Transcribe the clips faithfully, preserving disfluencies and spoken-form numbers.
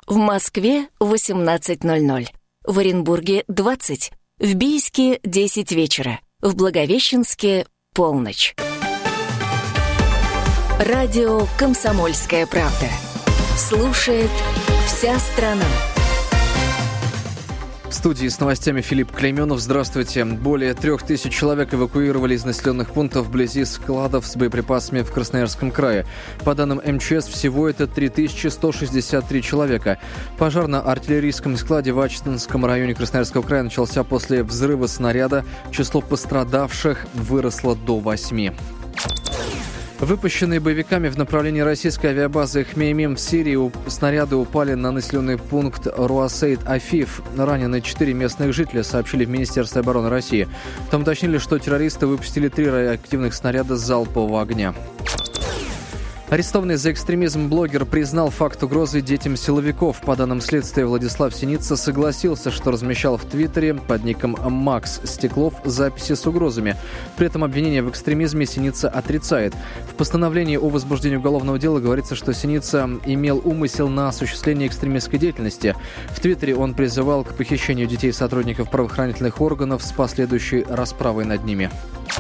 В Москве восемнадцать ноль ноль. В Оренбурге двадцать. В Бийске десять вечера. В Благовещенске полночь. Радио «Комсомольская правда». Слушает вся страна. В студии с новостями Филипп Клейменов. Здравствуйте. Более трех тысяч человек эвакуировали из населенных пунктов вблизи складов с боеприпасами в Красноярском крае. По данным эм че эс, всего это три тысячи сто шестьдесят три человека. Пожар на артиллерийском складе в Ачинском районе Красноярского края начался после взрыва снаряда. Число пострадавших выросло до восьми. Выпущенные боевиками в направлении российской авиабазы Хмеймим в Сирии снаряды упали на населенный пункт Руасейд-Афиф. Ранены четыре местных жителя, сообщили в Министерстве обороны России. Там уточнили, что террористы выпустили три радиоактивных снаряда залпового огня. Арестованный за экстремизм блогер признал факт угрозы детям силовиков. По данным следствия, Владислав Синица согласился, что размещал в Твиттере под ником Макс Стеклов записи с угрозами. При этом обвинение в экстремизме Синица отрицает. В постановлении о возбуждении уголовного дела говорится, что Синица имел умысел на осуществление экстремистской деятельности. В Твиттере он призывал к похищению детей сотрудников правоохранительных органов с последующей расправой над ними.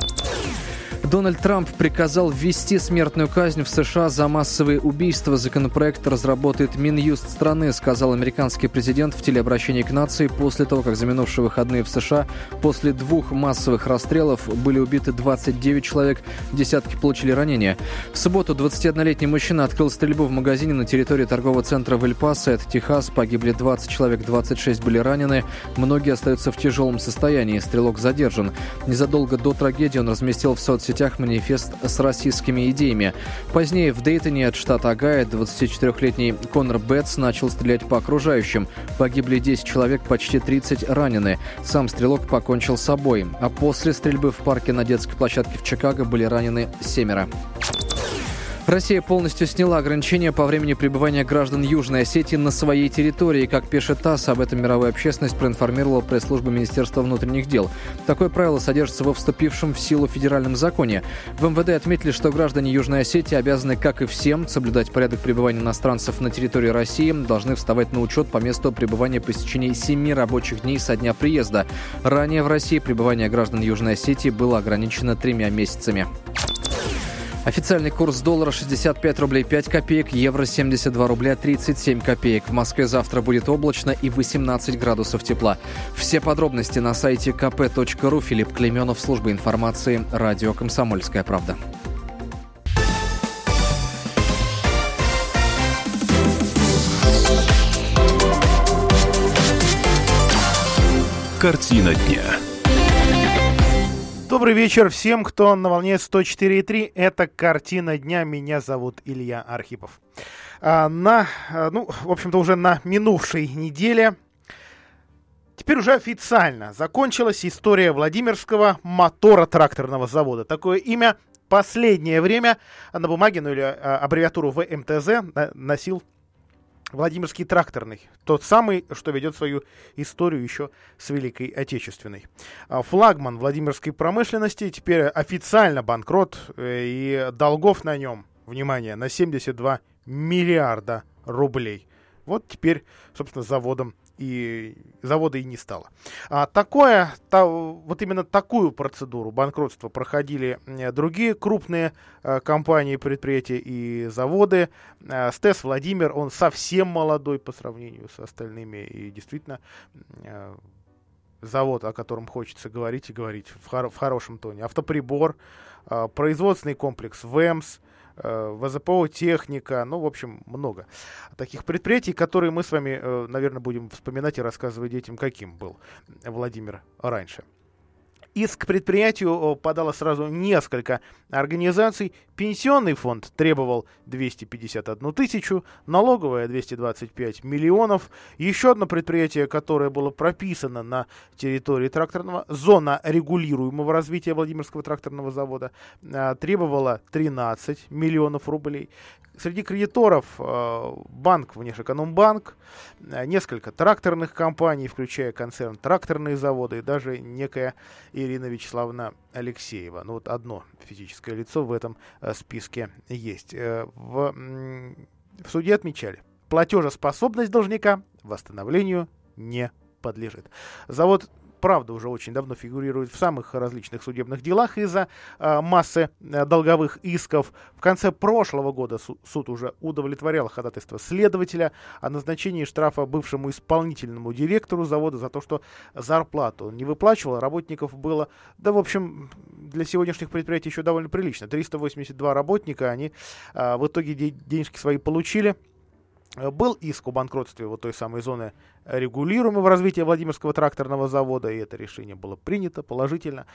Дональд Трамп приказал ввести смертную казнь в США за массовые убийства. Законопроект разработает Минюст страны, сказал американский президент в телеобращении к нации после того, как за минувшие выходные в США после двух массовых расстрелов были убиты двадцать девять человек, десятки получили ранения. В субботу двадцатиоднолетний мужчина открыл стрельбу в магазине на территории торгового центра в Эль-Пасо, это Техас. Погибли двадцать человек, двадцать шесть были ранены. Многие остаются в тяжелом состоянии. Стрелок задержан. Незадолго до трагедии он разместил в соцсетях манифест с расистскими идеями. Позднее в Дейтоне от штата Огайо двадцатичетырехлетний Конор Бетс начал стрелять по окружающим. Погибли десять человек, почти тридцать ранены. Сам стрелок покончил с собой. А после стрельбы в парке на детской площадке в Чикаго были ранены семеро. Россия полностью сняла ограничения по времени пребывания граждан Южной Осетии на своей территории. Как пишет ТАСС, об этом мировую общественность проинформировала пресс-служба Министерства внутренних дел. Такое правило содержится во вступившем в силу федеральном законе. В эм вэ дэ отметили, что граждане Южной Осетии обязаны, как и всем, соблюдать порядок пребывания иностранцев на территории России, должны вставать на учет по месту пребывания по истечении семи рабочих дней со дня приезда. Ранее в России пребывание граждан Южной Осетии было ограничено тремя месяцами. Официальный курс доллара шестьдесят пять рублей пять копеек, евро семьдесят два рубля тридцать семь копеек. В Москве завтра будет облачно и восемнадцать градусов тепла. Все подробности на сайте ка пэ точка ру. Филипп Клейменов, служба информации, радио «Комсомольская правда». Картина дня. Добрый вечер всем, кто на волне сто четыре и три. Это «Картина дня». Меня зовут Илья Архипов. А, на, ну, в общем-то, уже на минувшей неделе теперь уже официально закончилась история Владимирского моторотракторного завода. Такое имя последнее время на бумаге, ну или а, аббревиатуру вэ эм тэ зэ носил Владимирский тракторный, тот самый, что ведет свою историю еще с Великой Отечественной. Флагман Владимирской промышленности теперь официально банкрот, и долгов на нем, внимание, на семьдесят два миллиарда рублей. Вот теперь, собственно, заводом и завода и не стало. А такое, та, вот именно такую процедуру банкротства проходили другие крупные а, компании, предприятия и заводы. А, СТЭС Владимир, он совсем молодой по сравнению с остальными, и действительно а, завод, о котором хочется говорить и говорить в, хор- в хорошем тоне. Автоприбор, а, производственный комплекс ВЭМС, вэ зэ пэ о техника, ну, в общем, много таких предприятий, которые мы с вами, наверное, будем вспоминать и рассказывать детям, каким был Владимир раньше. Иск к предприятию подало сразу несколько организаций. Пенсионный фонд требовал двести пятьдесят одну тысячу, налоговая двести двадцать пять миллионов. Еще одно предприятие, которое было прописано на территории тракторного, зона регулируемого развития Владимирского тракторного завода, требовало тринадцать миллионов рублей. Среди кредиторов банк Внешэкономбанк, несколько тракторных компаний, включая концерн «Тракторные заводы» и даже некая Ирина Вячеславовна Алексеева. Ну вот одно физическое лицо в этом списке есть. В, в суде отмечали, платежеспособность должника восстановлению не подлежит. Завод, правда, уже очень давно фигурирует в самых различных судебных делах из-за э, массы э, долговых исков. В конце прошлого года су- суд уже удовлетворял ходатайство следователя о назначении штрафа бывшему исполнительному директору завода за то, что зарплату он не выплачивал, работников было, да, в общем, для сегодняшних предприятий еще довольно прилично. триста восемьдесят два работника, они э, в итоге де- денежки свои получили. Был иск о банкротстве вот той самой зоны регулируемого развития Владимирского тракторного завода, и это решение было принято положительно.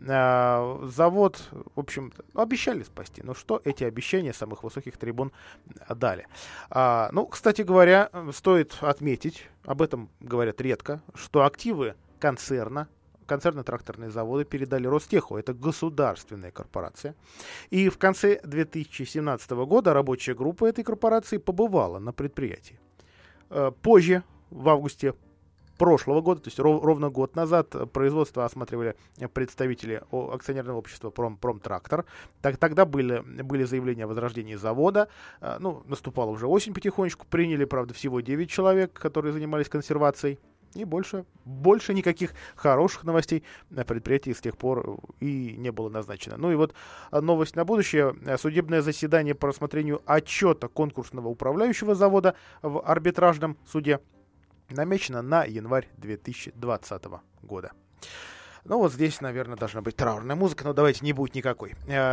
Завод, в общем, обещали спасти. Но что эти обещания с самых высоких трибун дали? Ну, кстати говоря, стоит отметить, об этом говорят редко, что активы концерна, концерно-тракторные заводы передали Ростеху. Это государственная корпорация. И в конце две тысячи семнадцатого года рабочая группа этой корпорации побывала на предприятии. Позже, в августе прошлого года, то есть ров, ровно год назад, производство осматривали представители акционерного общества Пром, Промтрактор. Так, тогда были, были заявления о возрождении завода. Ну, наступала уже осень потихонечку. Приняли, правда, всего девять человек, которые занимались консервацией. И больше, больше никаких хороших новостей на предприятии с тех пор и не было назначено. Ну и вот новость на будущее. Судебное заседание по рассмотрению отчета конкурсного управляющего завода в арбитражном суде намечено на январь две тысячи двадцатого года. Ну вот здесь, наверное, должна быть траурная музыка, но давайте не будет никакой.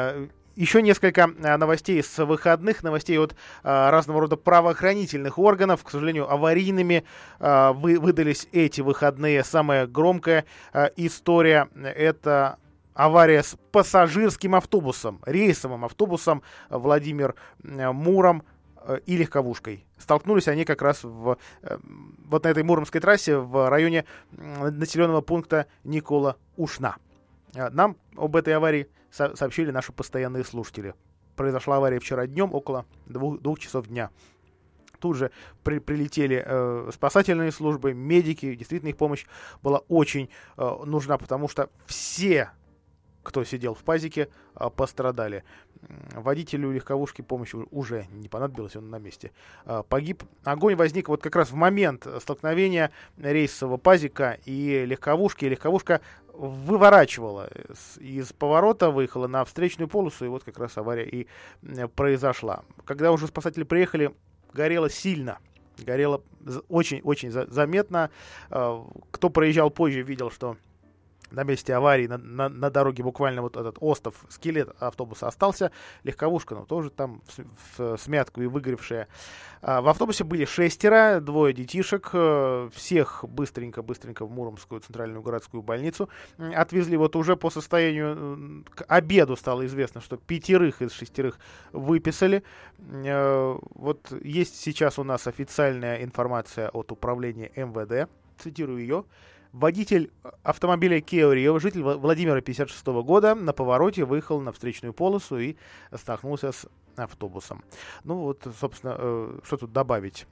Еще несколько новостей с выходных, новостей от а, разного рода правоохранительных органов. К сожалению, аварийными а, вы, выдались эти выходные. Самая громкая а, история — это авария с пассажирским автобусом, рейсовым автобусом Владимир-Муром и легковушкой. Столкнулись они как раз в, вот на этой Муромской трассе в районе населенного пункта Никола-Ушна. Нам об этой аварии со- сообщили наши постоянные слушатели. Произошла авария вчера днем, около двух, двух часов дня. Тут же при- прилетели э, спасательные службы, медики. Действительно, их помощь была очень э, нужна, потому что все, кто сидел в пазике, э, пострадали. Водителю легковушки помощи уже не понадобилось, он на месте э, погиб. Огонь возник вот как раз в момент столкновения рейсового пазика и легковушки. Легковушка выворачивала из поворота, выехала на встречную полосу, и вот как раз авария и произошла. Когда уже спасатели приехали, горело сильно, горело очень-очень заметно. Кто проезжал позже, видел, что на месте аварии на, на, на дороге буквально вот этот остов, скелет автобуса остался. Легковушка, ну, тоже там в, в смятку и выгоревшая. А, в автобусе были шестеро, двое детишек. Всех быстренько-быстренько в Муромскую центральную городскую больницу отвезли. Вот уже по состоянию к обеду стало известно, что пятерых из шестерых выписали. Вот есть сейчас у нас официальная информация от управления эм вэ дэ. Цитирую ее. Водитель автомобиля Kia Rio, житель Владимира пятьдесят шестого года, на повороте выехал на встречную полосу и столкнулся с автобусом. Ну вот, собственно, э, что тут добавить?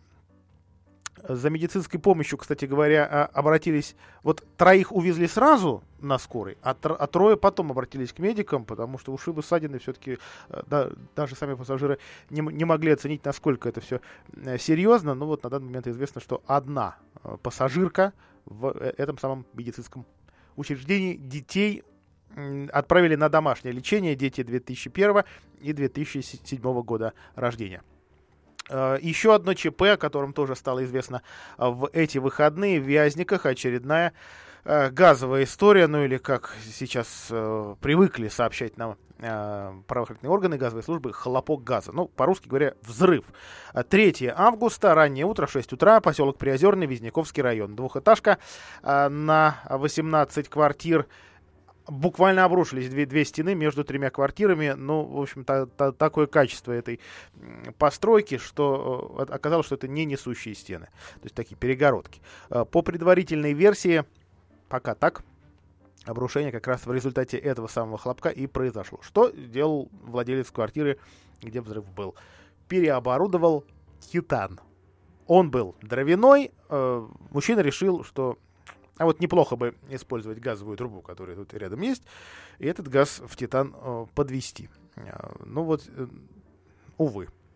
За медицинской помощью, кстати говоря, обратились... Вот троих увезли сразу на скорой, а, тр, а трое потом обратились к медикам, потому что ушибы, ссадины все-таки да, даже сами пассажиры не, не могли оценить, насколько это все серьезно. Но вот на данный момент известно, что одна пассажирка в этом самом медицинском учреждении. Детей отправили на домашнее лечение. Дети две тысячи первого и две тысячи седьмого года рождения. Еще одно ЧП, о котором тоже стало известно в эти выходные. В Вязниках очередная газовая история, ну или как сейчас э, привыкли сообщать нам э, правоохранительные органы, газовые службы, хлопок газа. Ну, по-русски говоря, взрыв. третьего августа, раннее утро, шесть утра, поселок Приозерный, Вязниковский район. Двухэтажка э, на восемнадцать квартир. Буквально обрушились две, две стены между тремя квартирами. Ну, в общем, та, та, такое качество этой постройки, что э, оказалось, что это не несущие стены. То есть такие перегородки. Э, по предварительной версии, пока так, обрушение как раз в результате этого самого хлопка и произошло. Что сделал владелец квартиры, где взрыв был? Переоборудовал Титан. Он был дровяной. Э, мужчина решил, что а вот неплохо бы использовать газовую трубу, которая тут рядом есть, и этот газ в Титан э, подвести. Э, ну вот, э, увы,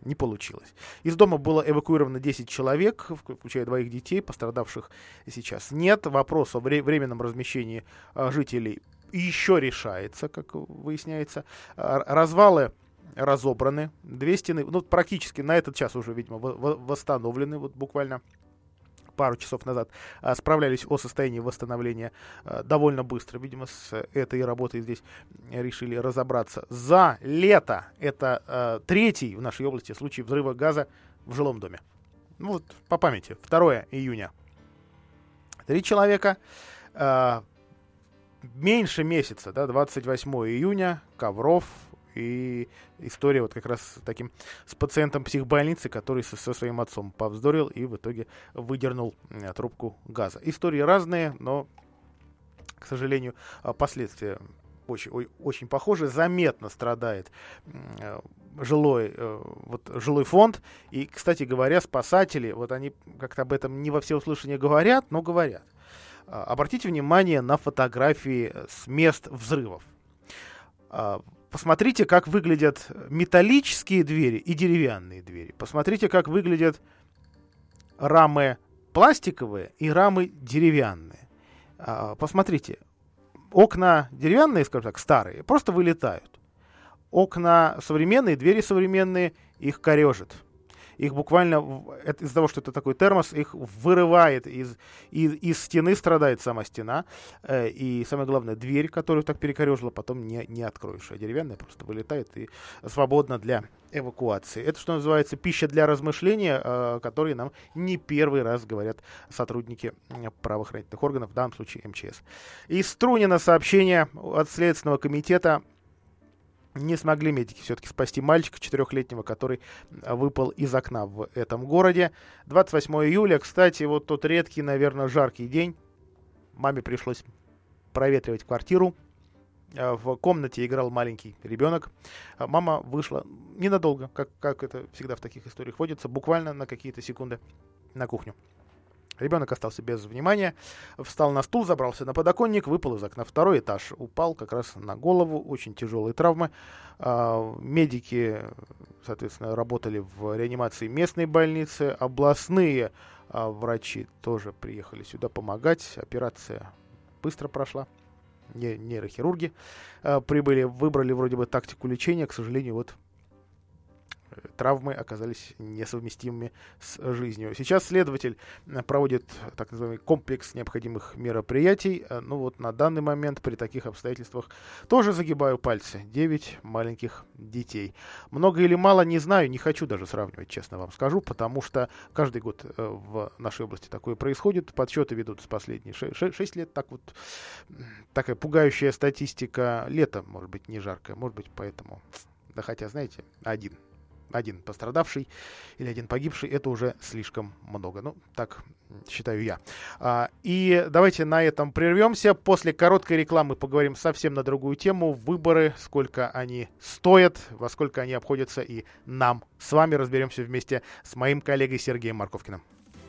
Не получилось. Из дома было эвакуировано десять человек, включая двоих детей, пострадавших сейчас нет. Вопрос о вре- временном размещении а, жителей еще решается, как выясняется. А, развалы разобраны, две стены, ну, практически на этот час уже, видимо, в- в- восстановлены, вот буквально пару часов назад а, справлялись о состоянии восстановления а, довольно быстро. Видимо, с этой работой здесь решили разобраться. За лето это а, третий в нашей области случай взрыва газа в жилом доме. Ну вот, по памяти, второго июня. Три человека. А, меньше месяца, да, двадцать восьмого июня, Ковров. И история вот как раз с таким, с пациентом психбольницы, который со, со своим отцом повздорил и в итоге выдернул а, трубку газа. Истории разные, но, к сожалению, а, последствия очень, ой, очень похожи. Заметно страдает а, жилой, а, вот, жилой фонд. И, кстати говоря, спасатели, вот они как-то об этом не во всеуслышание говорят, но говорят. А, обратите внимание на фотографии с мест взрывов. А, Посмотрите, как выглядят металлические двери и деревянные двери. Посмотрите, как выглядят рамы пластиковые и рамы деревянные. Посмотрите, окна деревянные, скажем так, старые, просто вылетают. Окна современные, двери современные, их корежит. Их буквально, это, из-за того, что это такой термос, их вырывает из, из, из стены, страдает сама стена. Э, и самое главное, дверь, которую так перекорежила, потом не, не откроешь. А деревянная просто вылетает и свободна для эвакуации. Это, что называется, пища для размышления, э, которые нам не первый раз говорят сотрудники правоохранительных органов, в данном случае эм че эс. Из Струнино сообщение от Следственного комитета. Не смогли медики все-таки спасти мальчика четырехлетнего, который выпал из окна в этом городе. двадцать восьмого июля, кстати, вот тот редкий, наверное, жаркий день. Маме пришлось проветривать квартиру. В комнате играл маленький ребенок. Мама вышла ненадолго, как, как это всегда в таких историях водится, буквально на какие-то секунды на кухню. Ребенок остался без внимания, встал на стул, забрался на подоконник, выпал из окна. Второй этаж, упал как раз на голову, очень тяжелые травмы. А, медики, соответственно, работали в реанимации местной больницы, областные а, врачи тоже приехали сюда помогать. Операция быстро прошла, Не, нейрохирурги а, прибыли, выбрали вроде бы тактику лечения, к сожалению, вот травмы оказались несовместимыми с жизнью. Сейчас следователь проводит так называемый комплекс необходимых мероприятий. Ну вот на данный момент при таких обстоятельствах тоже загибаю пальцы. Девять маленьких детей. Много или мало, не знаю, не хочу даже сравнивать, честно вам скажу, потому что каждый год в нашей области такое происходит. Подсчеты ведут с последние шесть лет. Так вот, такая пугающая статистика. Лето, может быть, не жаркое, может быть, поэтому. Да хотя, знаете, один. Один пострадавший или один погибший, это уже слишком много. Ну, так считаю я. А, и давайте на этом прервемся. После короткой рекламы поговорим совсем на другую тему. Выборы, сколько они стоят, во сколько они обходятся и нам. С вами разберемся вместе с моим коллегой Сергеем Марковкиным.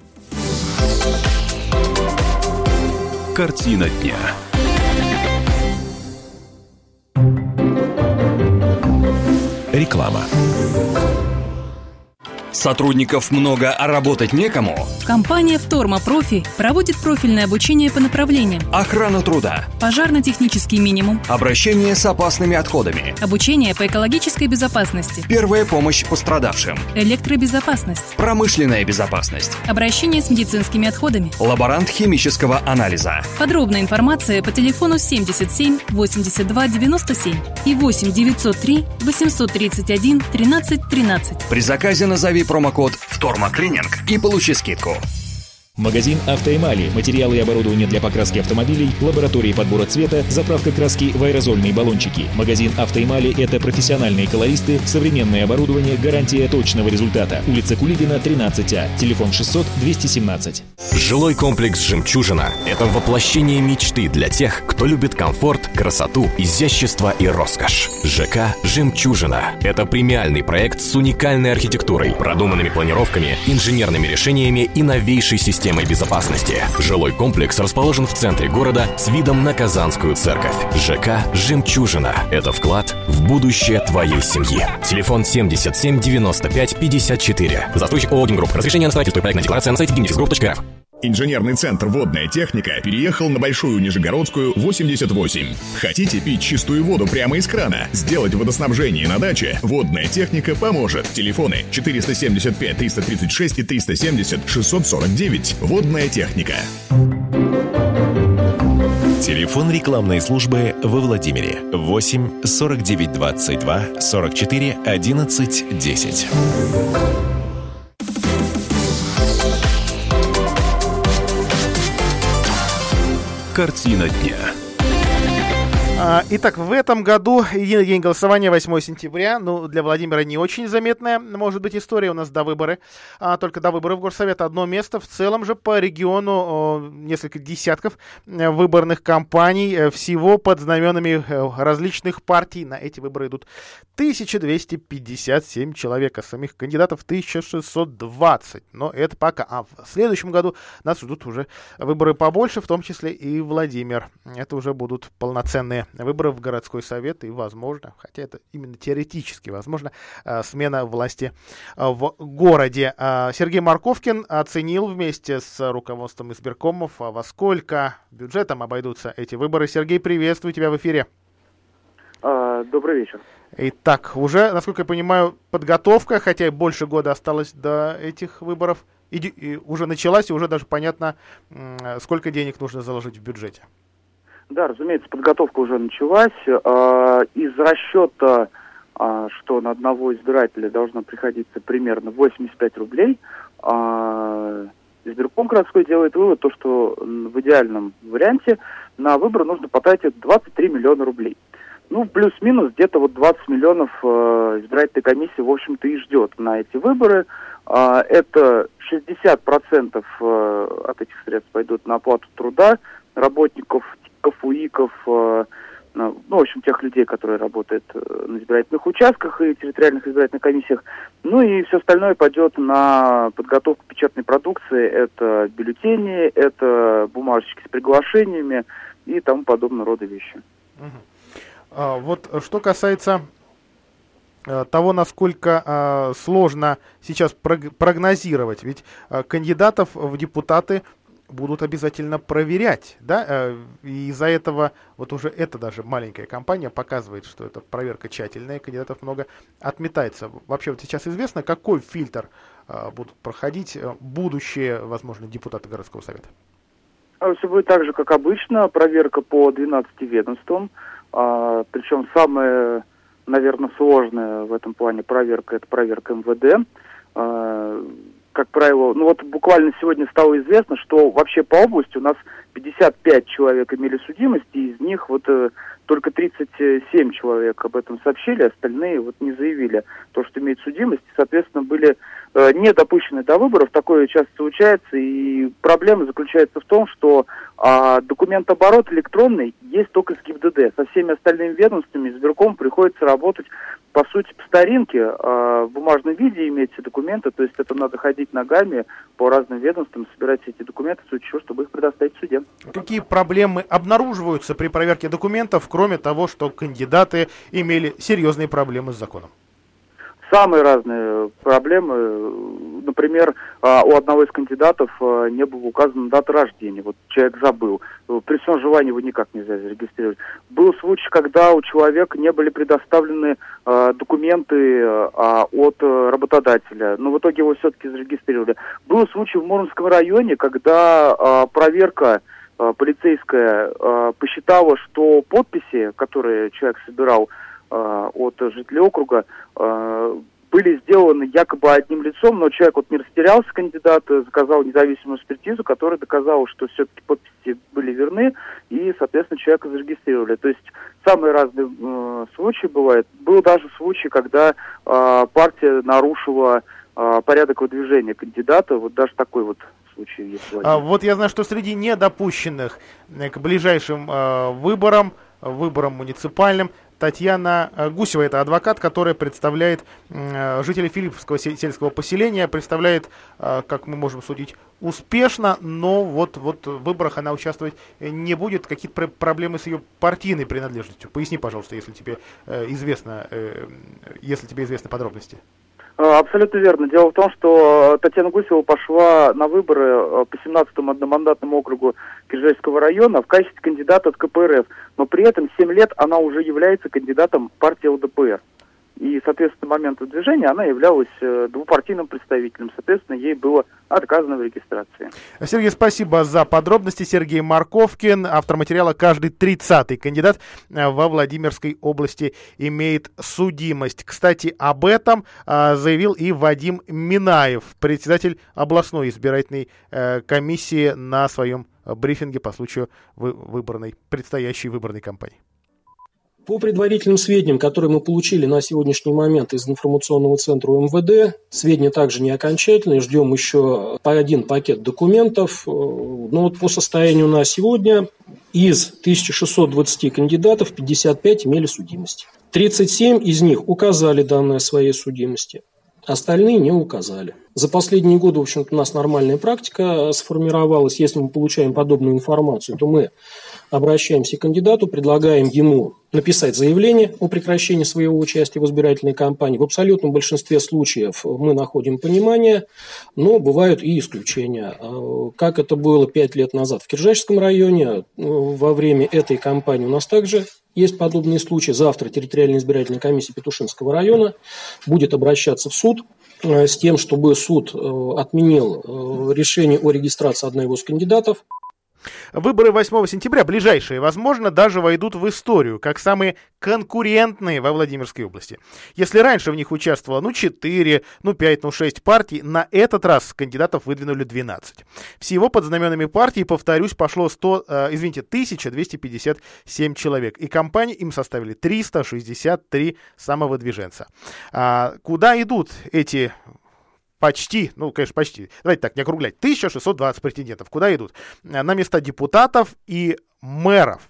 Картина дня. Реклама. Сотрудников много, а работать некому? Компания «Вторма Профи» проводит профильное обучение по направлениям: Охрана труда, пожарно-технический минимум, обращение с опасными отходами, обучение по экологической безопасности, первая помощь пострадавшим, электробезопасность, промышленная безопасность, обращение с медицинскими отходами, лаборант химического анализа. Подробная информация по телефону семьдесят семь восемьдесят два девяносто семь и восемь девятьсот три восемьсот тридцать один тринадцать тринадцать. При заказе назови промокод «Вторма Клининг» и получи скидку. Магазин «Автоэмали». Материалы и оборудование для покраски автомобилей, лаборатории подбора цвета, заправка краски в аэрозольные баллончики. Магазин «Автоэмали» — это профессиональные колористы, современное оборудование, гарантия точного результата. Улица Кулибина, тринадцать А. Телефон шестьсот двести семнадцать. Жилой комплекс «Жемчужина» — это воплощение мечты для тех, кто любит комфорт, красоту, изящество и роскошь. ЖК «Жемчужина» — это премиальный проект с уникальной архитектурой, продуманными планировками, инженерными решениями и новейшей системой системой безопасности. Жилой комплекс расположен в центре города с видом на Казанскую церковь. ЖК «Жемчужина» — это вклад в будущее твоей семьи. Телефон семьдесят семь девяносто пять пятьдесят четыре. Застройщик ООО «Гимгрупп». Разрешение на строительство и проектная декларация на сайте гимнефисгрупп точка рф. Инженерный центр «Водная техника» переехал на Большую Нижегородскую, восемьдесят восемь. Хотите пить чистую воду прямо из крана? Сделать водоснабжение на даче? «Водная техника» поможет. Телефоны четыреста семьдесят пять триста тридцать шесть и триста семьдесят шестьсот сорок девять. «Водная техника». Телефон рекламной службы во Владимире восемь сорок девять двадцать два сорок четыре одиннадцать десять. Картина дня. Итак, в этом году единый день голосования, восьмое сентября. Ну, для Владимира не очень заметная, может быть, история. У нас до выборы, а, только до выборов Горсовета одно место. В целом же по региону о, несколько десятков выборных кампаний всего под знаменами различных партий. На эти выборы идут тысяча двести пятьдесят семь человек, а самих кандидатов тысяча шестьсот двадцать. Но это пока. А в следующем году нас ждут уже выборы побольше, в том числе и Владимир. Это уже будут полноценные выборы в городской совет и, возможно, хотя это именно теоретически возможно, смена власти в городе. Сергей Марковкин оценил вместе с руководством избиркомов, во сколько бюджетом обойдутся эти выборы. Сергей, приветствую тебя в эфире. Добрый вечер. Итак, уже, насколько я понимаю, подготовка, хотя и больше года осталось до этих выборов, и, и уже началась, и уже даже понятно, сколько денег нужно заложить в бюджете. Да, разумеется, подготовка уже началась. Из расчета, что на одного избирателя должно приходиться примерно восемьдесят пять рублей, избирком городской делает вывод, то, что в идеальном варианте на выборы нужно потратить двадцать три миллиона рублей. Ну, плюс-минус где-то вот двадцать миллионов избирательной комиссии, в общем-то, и ждет на эти выборы. Это шестьдесят процентов от этих средств пойдут на оплату труда работников, УИКов, ну, в общем, тех людей, которые работают на избирательных участках и территориальных избирательных комиссиях. Ну и все остальное пойдет на подготовку печатной продукции. Это бюллетени, это бумажечки с приглашениями и тому подобного рода вещи. Угу. А, вот что касается а, того, насколько а, сложно сейчас прогнозировать, ведь а, кандидатов в депутаты будут обязательно проверять, да, и из-за этого вот уже эта даже маленькая компания показывает, что эта проверка тщательная, кандидатов много отметается. Вообще вот сейчас известно, какой фильтр а, будут проходить будущие, возможно, депутаты городского совета? Все будет так же, как обычно, проверка по двенадцати ведомствам, а, причем самая, наверное, сложная в этом плане проверка, это проверка эм вэ дэ. А, как правило, ну вот буквально сегодня стало известно, что вообще по области у нас пятьдесят пять человек имели судимость, и из них вот э, только тридцать семь человек об этом сообщили, остальные вот не заявили то, что имеют судимость, и, соответственно, были э, не допущены до выборов. Такое часто случается, и проблема заключается в том, что э, документооборот электронный есть только с ГИБДД. Со всеми остальными ведомствами, избирком приходится работать, по сути, по старинке, э, в бумажном виде иметь все документы, то есть это надо ходить ногами по разным ведомствам, собирать эти документы, в случае чего, чтобы их предоставить в суде. Какие проблемы обнаруживаются при проверке документов, кроме того, что кандидаты имели серьезные проблемы с законом? Самые разные проблемы. Например, у одного из кандидатов не была указана дата рождения. Вот человек забыл. При всем желании его никак нельзя зарегистрировать. Был случай, когда у человека не были предоставлены документы от работодателя. Но в итоге его все-таки зарегистрировали. Был случай в Мурманском районе, когда проверка полицейская посчитала, что подписи, которые человек собирал от жителей округа, были сделаны якобы одним лицом, но человек вот не растерялся, кандидат, заказал независимую экспертизу, которая доказала, что все-таки подписи были верны, и, соответственно, человека зарегистрировали. То есть самые разные э, случаи бывают. Был даже случай, когда э, партия нарушила э, порядок выдвижения кандидата, вот даже такой вот случай есть. А, вот я знаю, что среди недопущенных к ближайшим э, выборам, выборам муниципальным, Татьяна Гусева. Это адвокат, который представляет жителей Филипповского сельского поселения, представляет, как мы можем судить, успешно, но вот, вот в выборах она участвовать не будет. Какие-то проблемы с ее партийной принадлежностью? Поясни, пожалуйста, если тебе известно, если тебе известны подробности. Абсолютно верно. Дело в том, что Татьяна Гусева пошла на выборы по семнадцатому одномандатному округу Киржачского района в качестве кандидата от ка пэ эр эф, но при этом семь лет она уже является кандидатом партии эл дэ пэ эр. И, соответственно, в момент выдвижения она являлась двупартийным представителем. Соответственно, ей было отказано в регистрации. Сергей, спасибо за подробности. Сергей Марковкин, автор материала «Каждый тридцатый кандидат во Владимирской области имеет судимость». Кстати, об этом а, заявил и Вадим Минаев, председатель областной избирательной а, комиссии, на своем брифинге по случаю вы, выборной, предстоящей выборной кампании. По предварительным сведениям, которые мы получили на сегодняшний момент из информационного центра эм вэ дэ, сведения также не окончательные, ждем еще по один пакет документов. Но вот по состоянию на сегодня из тысячи шестисот двадцати кандидатов пятьдесят пять имели судимость. тридцать семь из них указали данные о своей судимости, остальные не указали. За последние годы, в общем-то, у нас нормальная практика сформировалась. Если мы получаем подобную информацию, то мы обращаемся к кандидату, предлагаем ему написать заявление о прекращении своего участия в избирательной кампании. В абсолютном большинстве случаев мы находим понимание, но бывают и исключения. Как это было пять лет назад в Киржачском районе, во время этой кампании у нас также есть подобные случаи. Завтра территориальная избирательная комиссия Петушинского района будет обращаться в суд с тем, чтобы суд отменил решение о регистрации одного из кандидатов. Выборы восьмого сентября, ближайшие, возможно, даже войдут в историю, как самые конкурентные во Владимирской области. Если раньше в них участвовало, ну, четыре, ну, пять, ну, шесть партий, на этот раз кандидатов выдвинули двенадцать. Всего под знаменами партий, повторюсь, пошло сто, э, извините, тысяча двести пятьдесят семь человек. И компании им составили триста шестьдесят три самовыдвиженца. А куда идут эти... Почти, ну, конечно, почти, давайте так, не округлять, тысяча шестьсот двадцать претендентов. Куда идут? На места депутатов и мэров.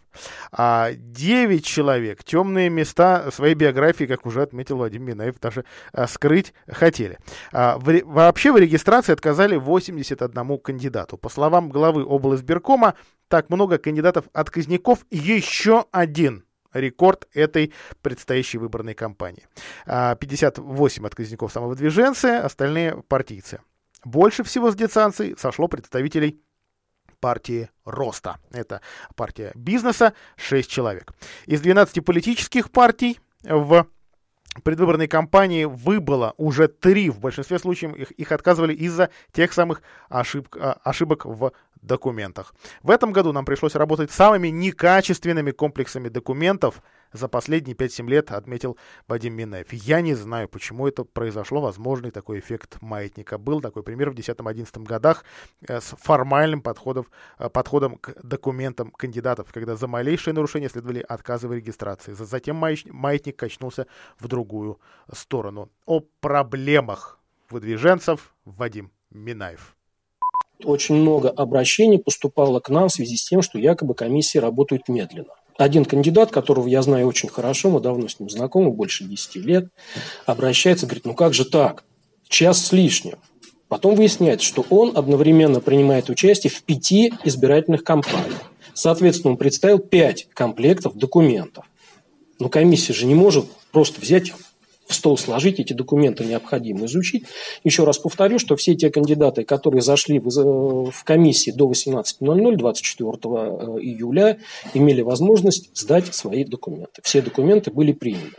девять человек темные места своей биографии, как уже отметил Вадим Минаев, даже скрыть хотели. Вообще в регистрации отказали восемьдесят одному кандидату. По словам главы облизбиркома, так много кандидатов-отказников, еще один рекорд этой предстоящей выборной кампании. пятьдесят восемь отказников самовыдвиженцы, остальные партийцы. Больше всего с дистанции сошло представителей партии Роста. Это партия бизнеса, шесть человек. Из двенадцати политических партий в предвыборной кампании выбыло уже три. В большинстве случаев их, их отказывали из-за тех самых ошибок, ошибок в документах. В этом году нам пришлось работать с самыми некачественными комплексами документов за последние пять-семь лет, отметил Вадим Минаев. Я не знаю, почему это произошло. Возможный такой эффект маятника. Был такой пример в десятом-одиннадцатом годах с формальным подходом, подходом к документам кандидатов, когда за малейшее нарушение следовали отказы в регистрации. Затем маятник качнулся в другую сторону. О проблемах выдвиженцев Вадим Минаев. Очень много обращений поступало к нам в связи с тем, что якобы комиссии работают медленно. Один кандидат, которого я знаю очень хорошо, мы давно с ним знакомы, больше десяти лет, обращается, говорит, ну как же так, час с лишним. Потом выясняется, что он одновременно принимает участие в пяти избирательных кампаниях. Соответственно, он представил пять комплектов документов. Но комиссия же не может просто взять в стол, сложить эти документы, необходимо изучить. Еще раз повторю, что все те кандидаты, которые зашли в, в комиссии до восемнадцати ноль-ноль двадцать четвёртого июля, имели возможность сдать свои документы. Все документы были приняты.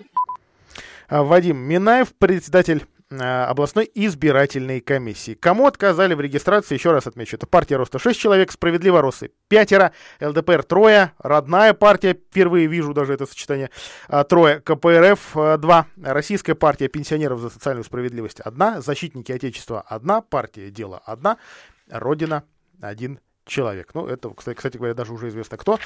Вадим Минаев, председатель областной избирательной комиссии. Кому отказали в регистрации, еще раз отмечу, это партия Роста шесть человек, Справедливо Росы пятеро, эл дэ пэ эр трое, Родная партия, впервые вижу даже это сочетание, трое, ка пэ эр эф два, Российская партия пенсионеров за социальную справедливость одна, Защитники Отечества одна, партия Дело одна, Родина один человек. Ну, это, кстати говоря, даже уже известно кто.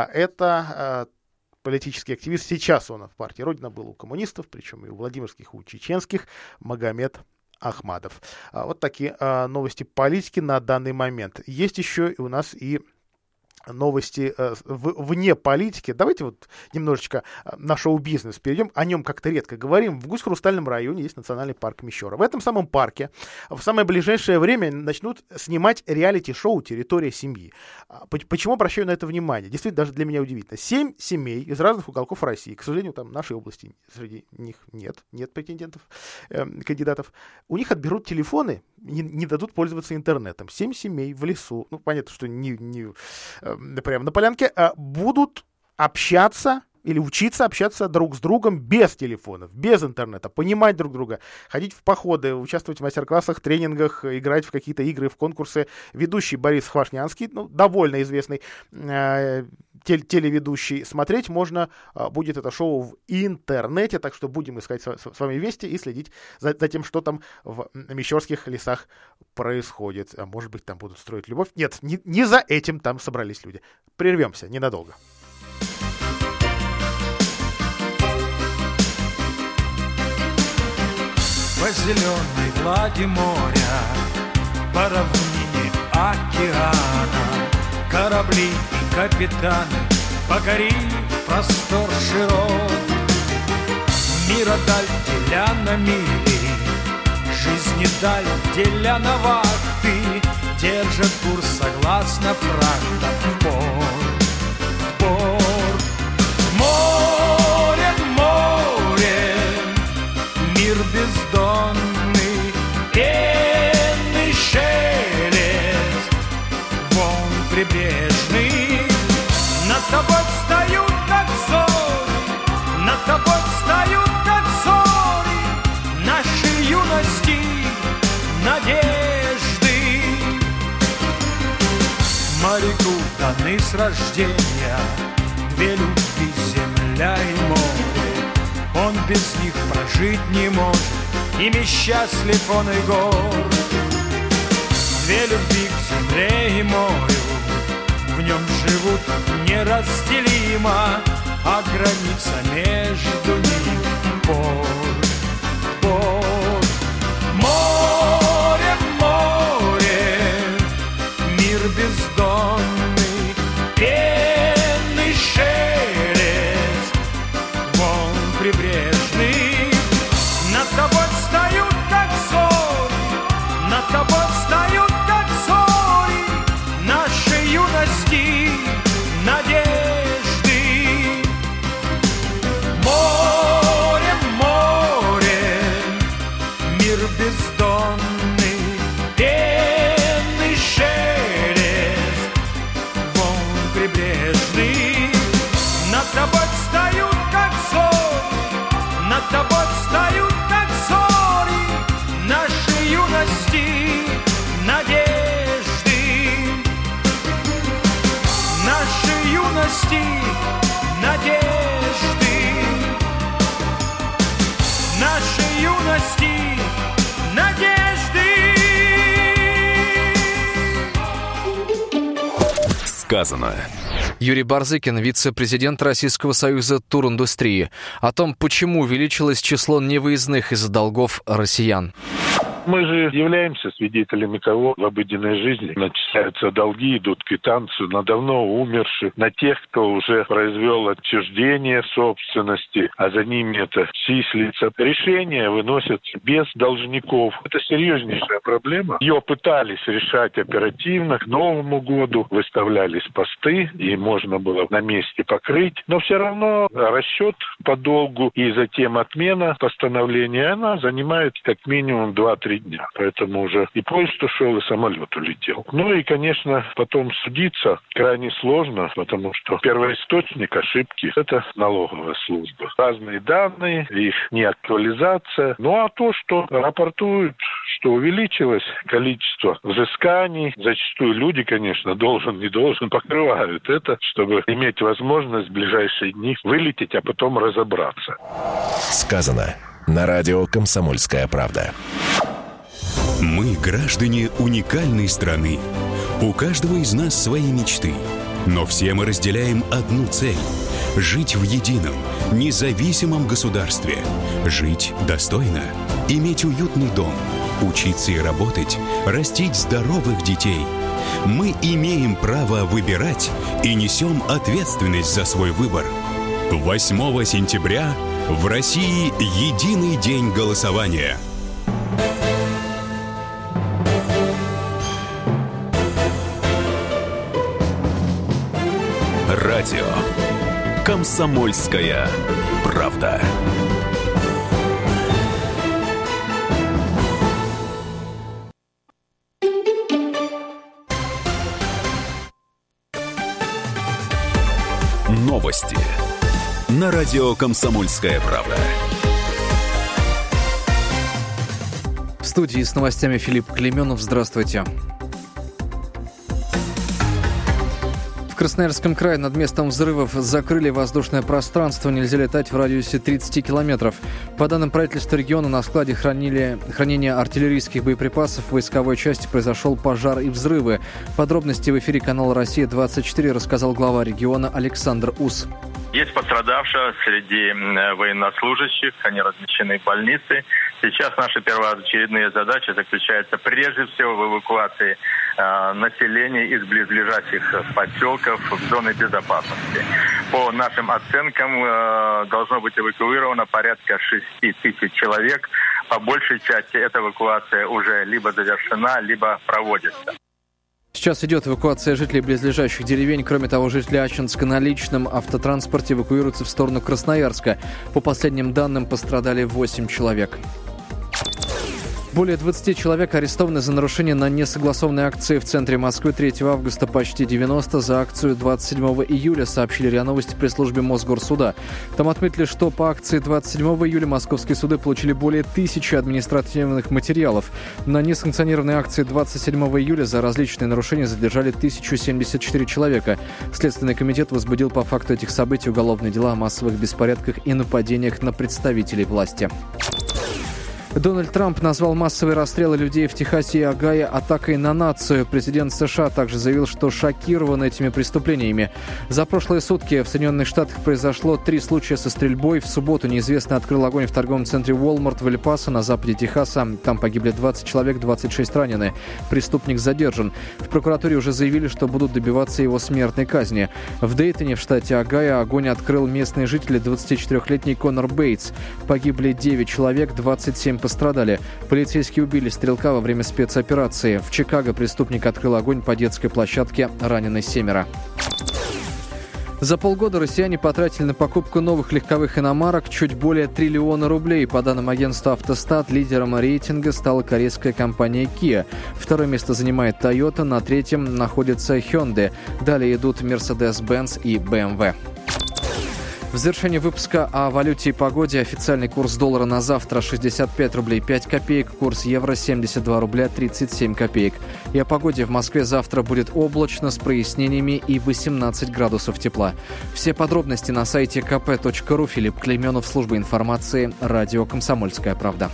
Это политический активист, сейчас он в партии Родина, был у коммунистов, причем и у владимирских, и у чеченских, Магомед Ахмадов. Вот такие новости политики на данный момент. Есть еще у нас и новости э, в, вне политики. Давайте вот немножечко на шоу-бизнес перейдем. О нем как-то редко говорим. В Гусь-Хрустальном районе есть национальный парк Мещера. В этом самом парке в самое ближайшее время начнут снимать реалити-шоу «Территория семьи». Почему обращаю на это внимание? Действительно, даже для меня удивительно. Семь семей из разных уголков России. К сожалению, там нашей области среди них нет. Нет претендентов, э, кандидатов. У них отберут телефоны, не, не дадут пользоваться интернетом. Семь семей в лесу. Ну, понятно, что не... не прямо на полянке, будут общаться или учиться общаться друг с другом без телефонов, без интернета, понимать друг друга, ходить в походы, участвовать в мастер-классах, тренингах, играть в какие-то игры, в конкурсы. Ведущий Борис Хвашнянский, ну, довольно известный э, тел- телеведущий. Смотреть можно э, будет это шоу в интернете, так что будем искать с, с вами вести и следить за, за тем, что там в мещерских лесах происходит. А может быть, там будут строить любовь? Нет, не, не за этим там собрались люди. Прервемся ненадолго. По зеленой глади моря, по равнине океана, корабли и капитаны покорили простор широк. Мира даль деля на мили, жизни даль деля на вахты, держат курс согласно фрактам в порт, в порт. Море, море, мир бездонный, пенный шелест, волн прибрежный. Над тобой встают, как зори, над тобой встают, как зори, нашей юности надежды. Моряку даны с рождения две любви, земля и море. Он без них прожить не может, ими счастлив он и горд. Две любви к земле и морю, в нем живут неразделимо, а граница между ними порт, порт. Море, море, мир бездонный, пенный шелест, волн прибрежный. Над тобой встают, как зори, над тобой встают, как зори, нашей юности надежды. Море, море, мир бездонный, пенный шелест, волн прибрежный. Над тобой встают, как зори, над тобой встают, как зори, нашей юности надежды, нашей юности надежды, нашей юности надежды. Сказано. Юрий Барзыкин, вице-президент Российского союза туриндустрии. О том, почему увеличилось число невыездных из-за долгов россиян. Мы же являемся свидетелями того, в обыденной жизни начисляются долги, идут квитанции на давно умерших, на тех, кто уже произвел отчуждение собственности, а за ними это числится. Решения выносятся без должников. Это серьезнейшая проблема. Ее пытались решать оперативно. К Новому году выставлялись посты, и можно было на месте покрыть. Но все равно расчет по долгу и затем отмена постановления, она занимает как минимум два-три дня. Поэтому уже и поезд ушел, и самолет улетел. Ну и, конечно, потом судиться крайне сложно, потому что первоисточник ошибки – это налоговая служба. Разные данные, их не актуализация. Ну а то, что рапортуют, что увеличилось количество взысканий, зачастую люди, конечно, должен, не должен, покрывают это, чтобы иметь возможность в ближайшие дни вылететь, а потом разобраться. Сказано на радио «Комсомольская правда». Мы граждане уникальной страны. У каждого из нас свои мечты. Но все мы разделяем одну цель – жить в едином, независимом государстве. Жить достойно. Иметь уютный дом. учиться и работать, растить здоровых детей. Мы имеем право выбирать и несем ответственность за свой выбор. восьмого сентября в России единый день голосования. Радио «Комсомольская правда». Новости на радио «Комсомольская правда». В студии с новостями Филипп Клейменов. Здравствуйте. В Красноярском крае над местом взрывов закрыли воздушное пространство. Нельзя летать в радиусе тридцати километров. По данным правительства региона, на складе хранили, хранения артиллерийских боеприпасов в войсковой части произошел пожар и взрывы. Подробности в эфире канала «Россия двадцать четыре» рассказал глава региона Александр Ус. Есть пострадавшие среди военнослужащих, они размещены в больнице. Сейчас наша первоочередная задача заключается прежде всего в эвакуации э, населения из близлежащих поселков в зоны безопасности. По нашим оценкам э, должно быть эвакуировано порядка шести тысяч человек. По большей части эта эвакуация уже либо завершена, либо проводится. Сейчас идет эвакуация жителей близлежащих деревень. Кроме того, жители Ачинска на личном автотранспорте эвакуируются в сторону Красноярска. По последним данным, пострадали восемь человек. Более двадцати человек арестованы за нарушение на несогласованной акции в центре Москвы третьего августа, почти девяносто за акцию двадцать седьмого июля, сообщили РИА Новости при службе Мосгорсуда. Там отметили, что по акции двадцать седьмого июля московские суды получили более тысячи административных материалов. На несанкционированной акции двадцать седьмого июля за различные нарушения задержали тысячу семьдесят четыре человека. Следственный комитет возбудил по факту этих событий уголовные дела о массовых беспорядках и нападениях на представителей власти. Дональд Трамп назвал массовые расстрелы людей в Техасе и Огайо атакой на нацию. Президент США также заявил, что шокирован этими преступлениями. За прошлые сутки в Соединенных Штатах произошло три случая со стрельбой. В субботу неизвестный открыл огонь в торговом центре Walmart в Эль-Пасо на западе Техаса. Там погибли двадцать человек, двадцать шесть ранены. Преступник задержан. В прокуратуре уже заявили, что будут добиваться его смертной казни. В Дейтоне, в штате Огайо, огонь открыл местный житель, двадцатичетырехлетний Конор Бейтс. Погибли девять человек, двадцать семь пострадали. Полицейские убили стрелка во время спецоперации. В Чикаго преступник открыл огонь по детской площадке, ранены семеро. За полгода россияне потратили на покупку новых легковых иномарок чуть более триллиона рублей. По данным агентства «Автостат», лидером рейтинга стала корейская компания Kia. Второе место занимает Toyota, на третьем находится Hyundai. Далее идут Mercedes-Benz и бэ эм вэ. В завершение выпуска о валюте и погоде. Официальный курс доллара на завтра шестьдесят пять рублей пять копеек, курс евро семьдесят два рубля тридцать семь копеек. И о погоде. В Москве завтра будет облачно с прояснениями и восемнадцать градусов тепла. Все подробности на сайте ка пэ точка ру. Филипп Клейменов, служба информации, радио «Комсомольская правда».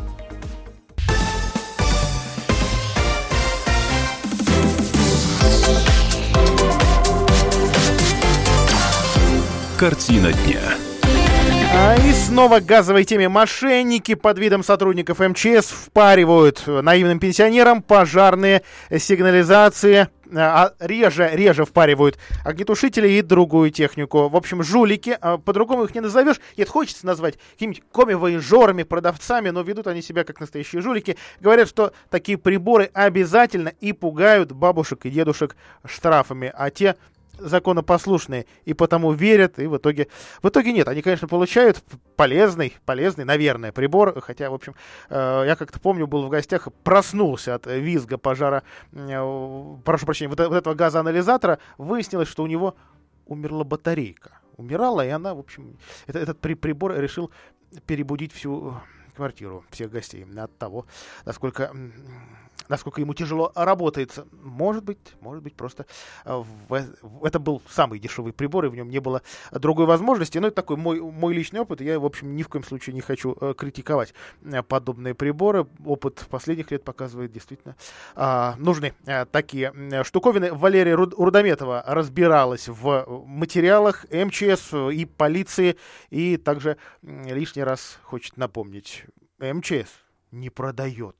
Картина дня. А и снова к газовой теме. Мошенники под видом сотрудников эм че эс впаривают наивным пенсионерам пожарные сигнализации, а реже, реже впаривают огнетушители и другую технику. В общем, жулики, по-другому их не назовешь. Нет, хочется назвать какими-нибудь коми-вояжерами, продавцами, но ведут они себя как настоящие жулики. Говорят, что такие приборы обязательно и пугают бабушек и дедушек штрафами, а те законопослушные и потому верят, и в итоге в итоге нет. Они, конечно, получают полезный, полезный, наверное, прибор, хотя, в общем, э, я как-то помню, был в гостях, проснулся от визга пожара, э, прошу прощения, вот, вот этого газоанализатора, выяснилось, что у него умерла батарейка. Умирала, и она, в общем, это, этот при, прибор решил перебудить всю квартиру, всех гостей от того, насколько... насколько ему тяжело работается. Может быть, может быть, просто э, в, это был самый дешевый прибор, и в нем не было другой возможности. Но это такой мой, мой личный опыт. Я, в общем, ни в коем случае не хочу э, критиковать э, подобные приборы. Опыт последних лет показывает, действительно, э, нужны э, такие э, штуковины. Валерия Руд- Рудометова разбиралась в материалах эм че эс и полиции, и также э, лишний раз хочет напомнить, эм че эс не продает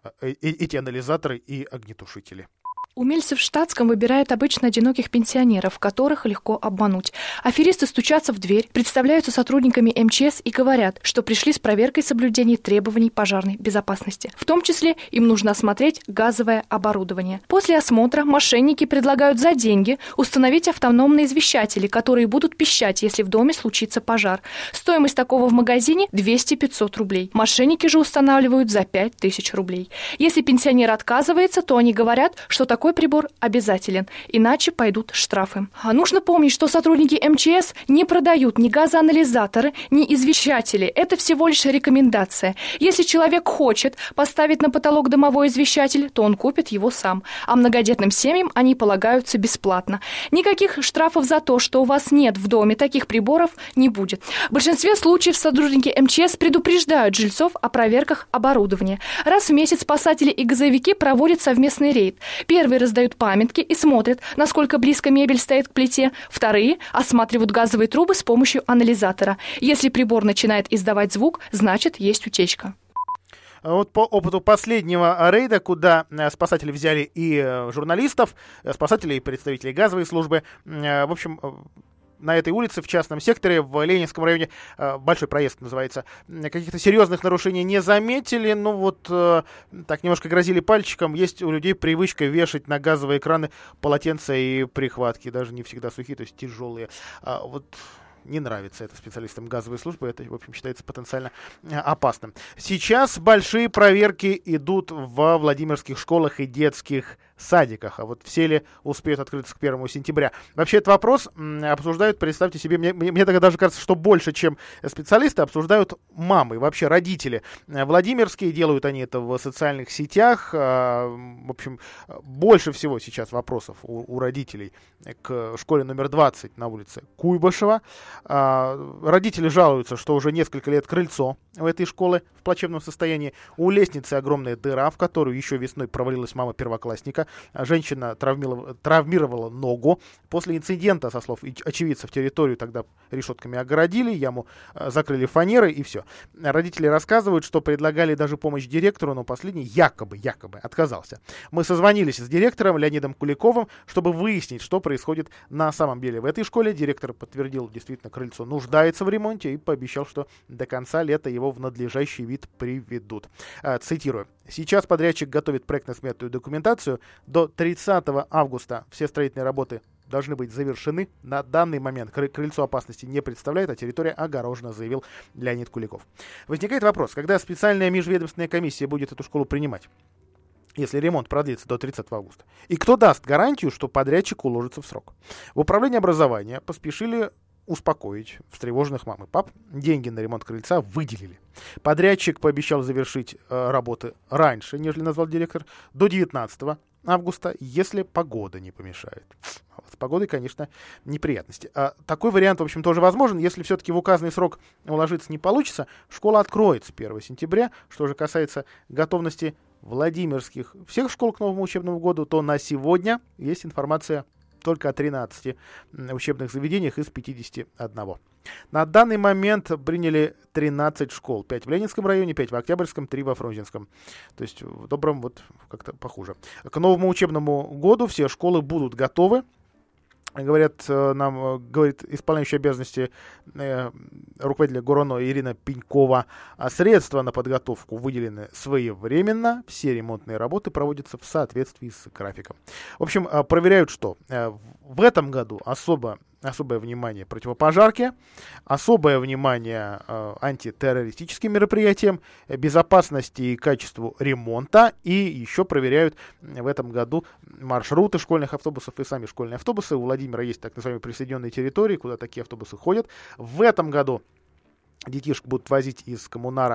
эти анализаторы и огнетушители. Умельцы в штатском выбирают обычно одиноких пенсионеров, которых легко обмануть. Аферисты стучатся в дверь, представляются сотрудниками эм че эс и говорят, что пришли с проверкой соблюдений требований пожарной безопасности. В том числе им нужно осмотреть газовое оборудование. После осмотра мошенники предлагают за деньги установить автономные извещатели, которые будут пищать, если в доме случится пожар. Стоимость такого в магазине двести-пятьсот рублей. Мошенники же устанавливают за пять тысяч рублей. Если пенсионер отказывается, то они говорят, что такой Такой прибор обязателен, иначе пойдут штрафы. А нужно помнить, что сотрудники эм че эс не продают ни газоанализаторы, ни извещатели. Это всего лишь рекомендация. Если человек хочет поставить на потолок домовой извещатель, то он купит его сам. А многодетным семьям они полагаются бесплатно. Никаких штрафов за то, что у вас нет в доме таких приборов, не будет. В большинстве случаев сотрудники эм че эс предупреждают жильцов о проверках оборудования. Раз в месяц спасатели и газовики проводят совместный рейд. Первый раздают памятки и смотрят, насколько близко мебель стоит к плите. Вторые осматривают газовые трубы с помощью анализатора. Если прибор начинает издавать звук, значит, есть утечка. Вот по опыту последнего рейда, куда спасатели взяли и журналистов, спасателей и представителей газовой службы, в общем... На этой улице, в частном секторе, в Ленинском районе, большой проезд называется, каких-то серьезных нарушений не заметили. Ну вот, так немножко грозили пальчиком. Есть у людей привычка вешать на газовые экраны полотенца и прихватки. Даже не всегда сухие, то есть тяжелые. Вот... Не нравится это специалистам газовой службы, это, в общем, считается потенциально опасным. Сейчас большие проверки идут во владимирских школах и детских садиках, а вот все ли успеют открыться к первому сентября? Вообще этот вопрос обсуждают, представьте себе, мне, мне тогда даже кажется, что больше, чем специалисты, обсуждают мамы, вообще родители. Владимирские, делают они это в социальных сетях, в общем, больше всего сейчас вопросов у, у родителей к школе номер двадцать на улице Куйбышева. Родители жалуются, что уже несколько лет крыльцо у этой школы в плачевном состоянии. У лестницы огромная дыра, в которую еще весной провалилась мама первоклассника. Женщина травмировала, травмировала ногу. После инцидента, со слов очевидцев, территорию тогда решетками огородили, яму закрыли фанерой и все. Родители рассказывают, что предлагали даже помощь директору, но последний якобы, якобы отказался. Мы созвонились с директором Леонидом Куликовым, чтобы выяснить, что происходит на самом деле в этой школе. Директор подтвердил, действительно, крыльцо нуждается в ремонте и пообещал, что до конца лета его в надлежащий вид приведут. А, цитирую. Сейчас подрядчик готовит проектно-сметную документацию. До тридцатого августа все строительные работы должны быть завершены. На данный момент кры- крыльцо опасности не представляет, а территория огорожена, заявил Леонид Куликов. Возникает вопрос, когда специальная межведомственная комиссия будет эту школу принимать, если ремонт продлится до тридцатого августа? И кто даст гарантию, что подрядчик уложится в срок? В управлении образования поспешили успокоить встревоженных мам и пап. Деньги на ремонт крыльца выделили. Подрядчик пообещал завершить э, работы раньше, нежели назвал директор, до девятнадцатого августа, если погода не помешает. А вот с погодой, конечно, неприятности. А такой вариант, в общем, тоже возможен. Если все-таки в указанный срок уложиться не получится, школа откроется первого сентября. Что же касается готовности владимирских всех школ к новому учебному году, то на сегодня есть информация только о тринадцати учебных заведениях из пятидесяти одного. На данный момент приняли тринадцать школ. пять в Ленинском районе, пять в Октябрьском, три во Фрунзенском. То есть в Добром вот как-то похуже. К новому учебному году все школы будут готовы. Говорят, нам, говорит исполняющий обязанности э, руководителя ГУРОНО Ирина Пенькова, а средства на подготовку выделены своевременно, все ремонтные работы проводятся в соответствии с графиком. В общем, проверяют, что в этом году особо особое внимание противопожарке, особое внимание э, антитеррористическим мероприятиям, безопасности и качеству ремонта, и еще проверяют в этом году маршруты школьных автобусов и сами школьные автобусы. У Владимира есть так называемые присоединенные территории, куда такие автобусы ходят. В этом году детишек будут возить из коммунара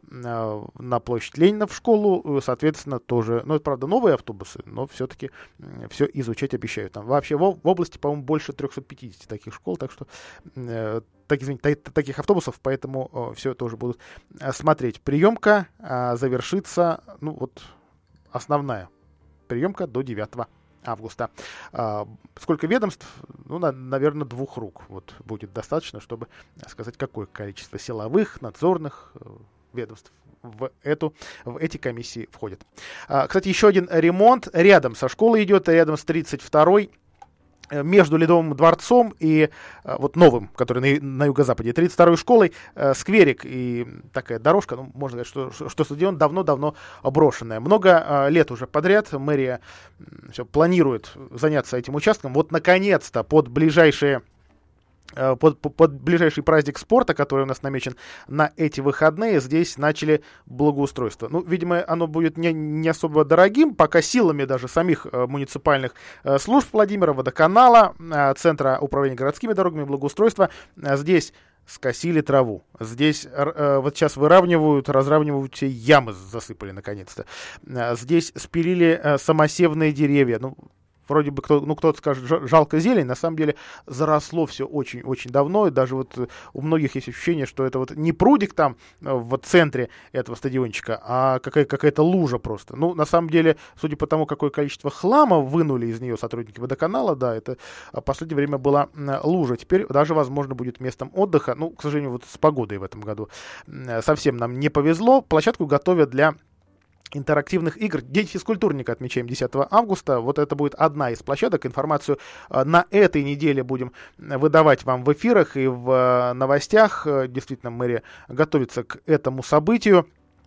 э, на площадь Ленина в школу, соответственно, тоже, ну, это, правда, новые автобусы, но все-таки э, все изучать обещают. Там вообще в, в области, по-моему, больше трехсот пятидесяти таких школ, так что, э, так, извините, та, таких автобусов, поэтому э, все тоже будут э, смотреть. Приемка э, завершится, ну, вот, основная приемка до девятого августа. А, сколько ведомств? Ну, на, наверное, двух рук вот будет достаточно, чтобы сказать, какое количество силовых, надзорных, ведомств в, эту, в эти комиссии входят. А, кстати, еще один ремонт рядом со школой идет, рядом с тридцать второй, между Ледовым дворцом и вот новым, который на, на юго-западе, тридцать второй школой, скверик и такая дорожка, ну, можно сказать, что, что стадион давно-давно брошенная. Много лет уже подряд мэрия все планирует заняться этим участком. Вот, наконец-то, под ближайшие Под, под ближайший праздник спорта, который у нас намечен на эти выходные, здесь начали благоустройство. Ну, видимо, оно будет не, не особо дорогим, пока силами даже самих э, муниципальных э, служб Владимира, водоканала, э, Центра управления городскими дорогами, благоустройства. Э, здесь скосили траву. Здесь э, вот сейчас выравнивают, разравнивают все ямы, засыпали наконец-то. Э, здесь спилили э, самосевные деревья. Ну, вроде бы кто, ну, кто-то скажет, жалко зелень, на самом деле заросло все очень-очень давно, и даже вот у многих есть ощущение, что это вот не прудик там в центре этого стадиончика, а какая- какая-то лужа просто. Ну, на самом деле, судя по тому, какое количество хлама вынули из нее сотрудники водоканала, да, это в последнее время была лужа. Теперь даже, возможно, будет местом отдыха. Ну, к сожалению, вот с погодой в этом году совсем нам не повезло. Площадку готовят для интерактивных игр. День физкультурника отмечаем десятого августа. Вот это будет одна из площадок. Информацию на этой неделе будем выдавать вам в эфирах и в новостях. Действительно, мэрия готовится к этому событию.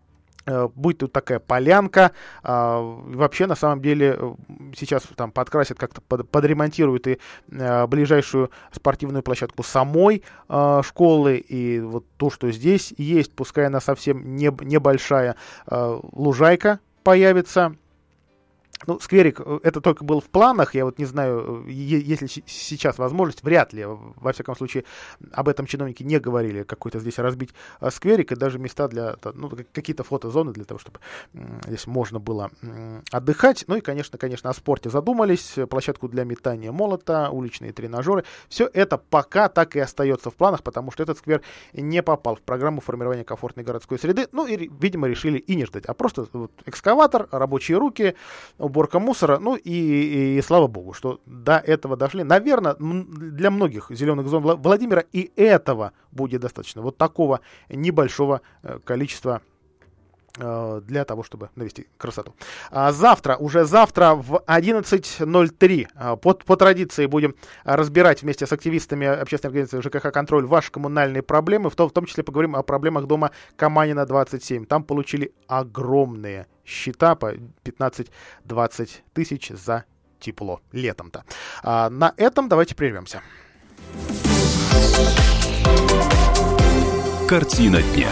Будет тут такая полянка. Вообще, на самом деле, сейчас там подкрасят, как-то под, подремонтируют и ближайшую спортивную площадку самой школы. И вот то, что здесь есть, пускай она совсем не, небольшая, лужайка появится. Ну, скверик, это только был в планах, я вот не знаю, есть ли сейчас возможность, вряд ли, во всяком случае, об этом чиновники не говорили, какой-то здесь разбить скверик, и даже места для, ну, какие-то фотозоны для того, чтобы здесь можно было отдыхать. Ну и, конечно, конечно, о спорте задумались, площадку для метания молота, уличные тренажеры. Все это пока так и остается в планах, потому что этот сквер не попал в программу формирования комфортной городской среды, ну и, видимо, решили и не ждать, а просто вот экскаватор, рабочие руки, уборка мусора, ну и, и, и слава богу, что до этого дошли. Наверное, для многих зеленых зон Владимира и этого будет достаточно. Вот такого небольшого количества для того, чтобы навести красоту. А завтра, уже завтра в одиннадцать ноль три по, по традиции будем разбирать вместе с активистами общественной организации ЖКХ «Контроль» ваши коммунальные проблемы, в том, в том числе поговорим о проблемах дома Каманина двадцать семь. Там получили огромные счета по пятнадцать-двадцать тысяч за тепло летом-то. А на этом давайте прервемся. Картина дня.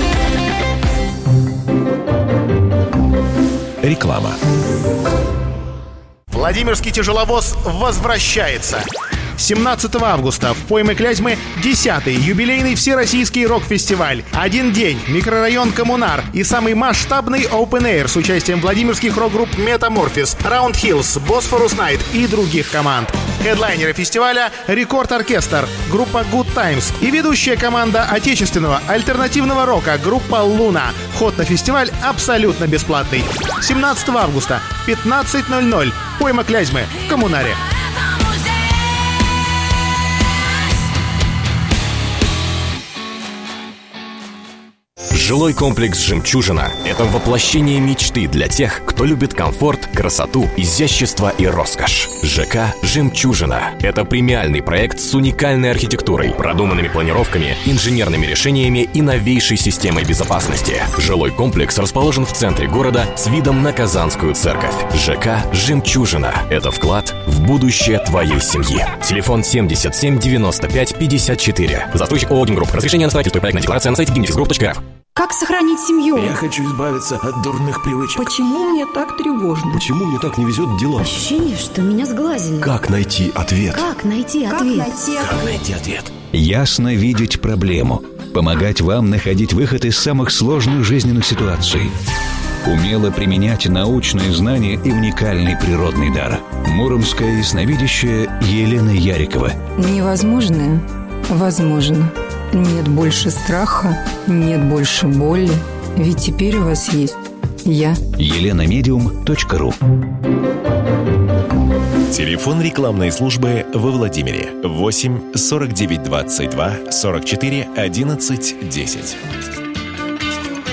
Реклама. Владимирский тяжеловоз возвращается. семнадцатого августа в Пойме Клязьмы десятый юбилейный всероссийский рок-фестиваль. Один день, микрорайон Коммунар и самый масштабный Open Air с участием владимирских рок-групп Метаморфис, Round Hills, Bosphorus Night и других команд. Хедлайнеры фестиваля — Рекорд-оркестр, группа Good Times и ведущая команда отечественного альтернативного рока, группа Луна. Вход на фестиваль абсолютно бесплатный. семнадцатого августа, пятнадцать ноль ноль, Пойма Клязьмы, в Коммунаре. Жилой комплекс «Жемчужина» — это воплощение мечты для тех, кто любит комфорт, красоту, изящество и роскошь. ЖК «Жемчужина» — это премиальный проект с уникальной архитектурой, продуманными планировками, инженерными решениями и новейшей системой безопасности. Жилой комплекс расположен в центре города с видом на Казанскую церковь. ЖК «Жемчужина» — это вклад в будущее твоей семьи. Телефон семьдесят семь девяносто пять пятьдесят четыре. Застройщик ООО «Гимгрупп». Разрешение на строительство и проектная декларация на сайте гимнифизгрупп точка рф. Как сохранить семью? Я хочу избавиться от дурных привычек. Почему мне так тревожно? Почему мне так не везет в делах? Ощущение, что меня сглазили. Как найти ответ? Как найти как ответ? Найти как найти ответ? Ясно видеть проблему. Помогать вам находить выход из самых сложных жизненных ситуаций. Умело применять научные знания и уникальный природный дар. Муромская ясновидящая Елена Ярикова. Невозможное возможно. Нет больше страха, нет больше боли. Ведь теперь у вас есть я. елена медиум точка ру. Телефон рекламной службы во Владимире. восемь сорок девять двадцать два сорок четыре одиннадцать десять.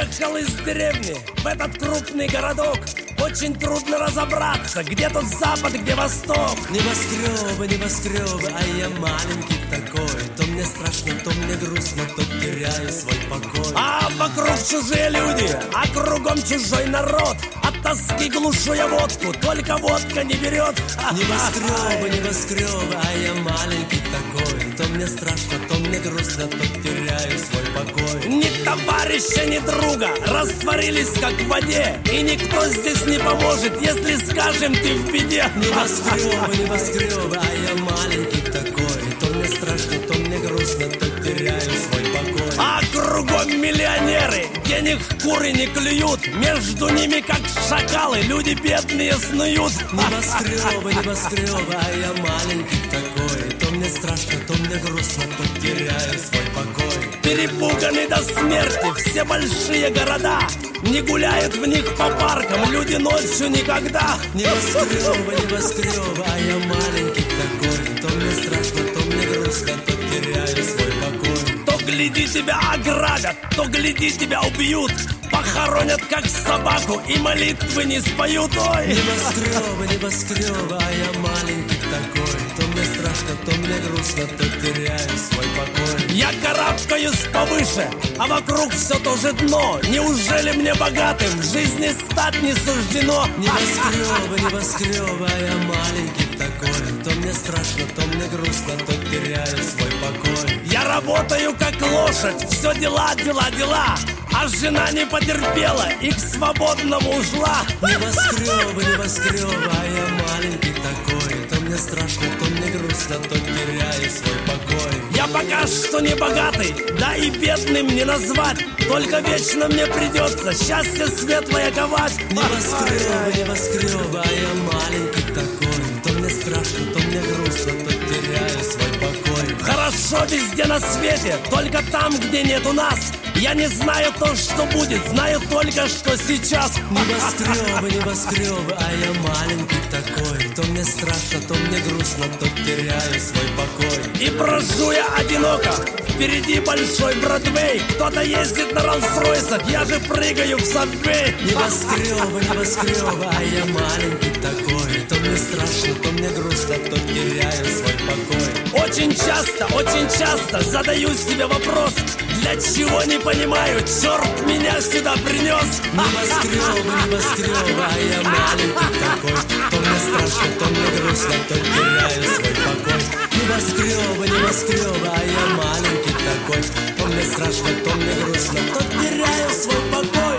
Приехал из деревни в этот крупный городок. Очень трудно разобраться, где тут запад, где восток. Небоскребы, небоскребы, а я маленький такой. То мне страшно, то мне грустно, то теряю свой покой. А вокруг чужие люди, а кругом чужой народ. От тоски глушу я водку, только водка не берет. Небоскребы, небоскребы, а я маленький такой. То мне страшно, то мне грустно, то теряю свой покой. Ни товарища, ни друга растворились как в воде. И никто здесь не поможет, если скажем, ты в беде. Небоскребы, небоскребы, а я маленький такой. То мне страшно, то мне грустно, то теряю свой покой. А кругом миллионеры, денег куры не клюют. Между ними, как шакалы, люди бедные снуют. Небоскребы, небоскребы, а я маленький такой. То мне страшно, то мне грустно, то теряю свой покой. Перепуганы до смерти все большие города. Не гуляют в них по паркам люди ночью никогда. Небоскребы, небоскребы, а я маленький такой. То мне страшно, то мне грустно, то теряю свой покой. То гляди тебя ограбят, то гляди тебя убьют. Похоронят как собаку и молитвы не споют. Ой! Небоскребы, небоскребы, а я маленький такой. То мне страшно, то мне грустно, то теряю свой покой. Я карабкаюсь повыше, а вокруг все то же дно. Неужели мне богатым в жизни стать не суждено? Небоскребы, небоскребы, а я маленький такой. То мне страшно, то мне грустно, то теряю свой покой. Я работаю как лошадь, все дела, дела, дела. А жена не потерпела и к свободному ушла. Небоскребы, небоскребы, а я маленький такой. То мне страшно, то мне грустно, то теряю свой покой. Я пока что не богатый, да и бедным не назвать. Только вечно мне придется счастье светлое ковать. Небоскребы, небоскребы, а я маленький такой. То мне страшно, то мне грустно, то теряю свой покой. Хорошо везде на свете, только там, где нету нас. Я не знаю то, что будет, знаю только, что сейчас. Небоскребы, небоскребы, а я маленький такой. То мне страшно, то мне грустно, то теряю свой покой. И брожу я одиноко, впереди большой Бродвей. Кто-то ездит на Роллс-Ройсах, я же прыгаю в Сабвей. Небоскребы, небоскребы, а я маленький такой. То мне страшно, то мне грустно, то теряю свой покой. Очень часто, очень часто задаю себе вопрос: для чего не понимаю, черт меня сюда принес. Небоскребы, небоскребы, а я маленький такой. То мне страшно, то мне грустно, то теряю свой покой. Небоскребы, небоскребы, а я маленький такой. То мне страшно, то мне грустно, то теряю свой покой.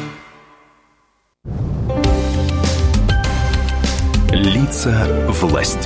Лица власти.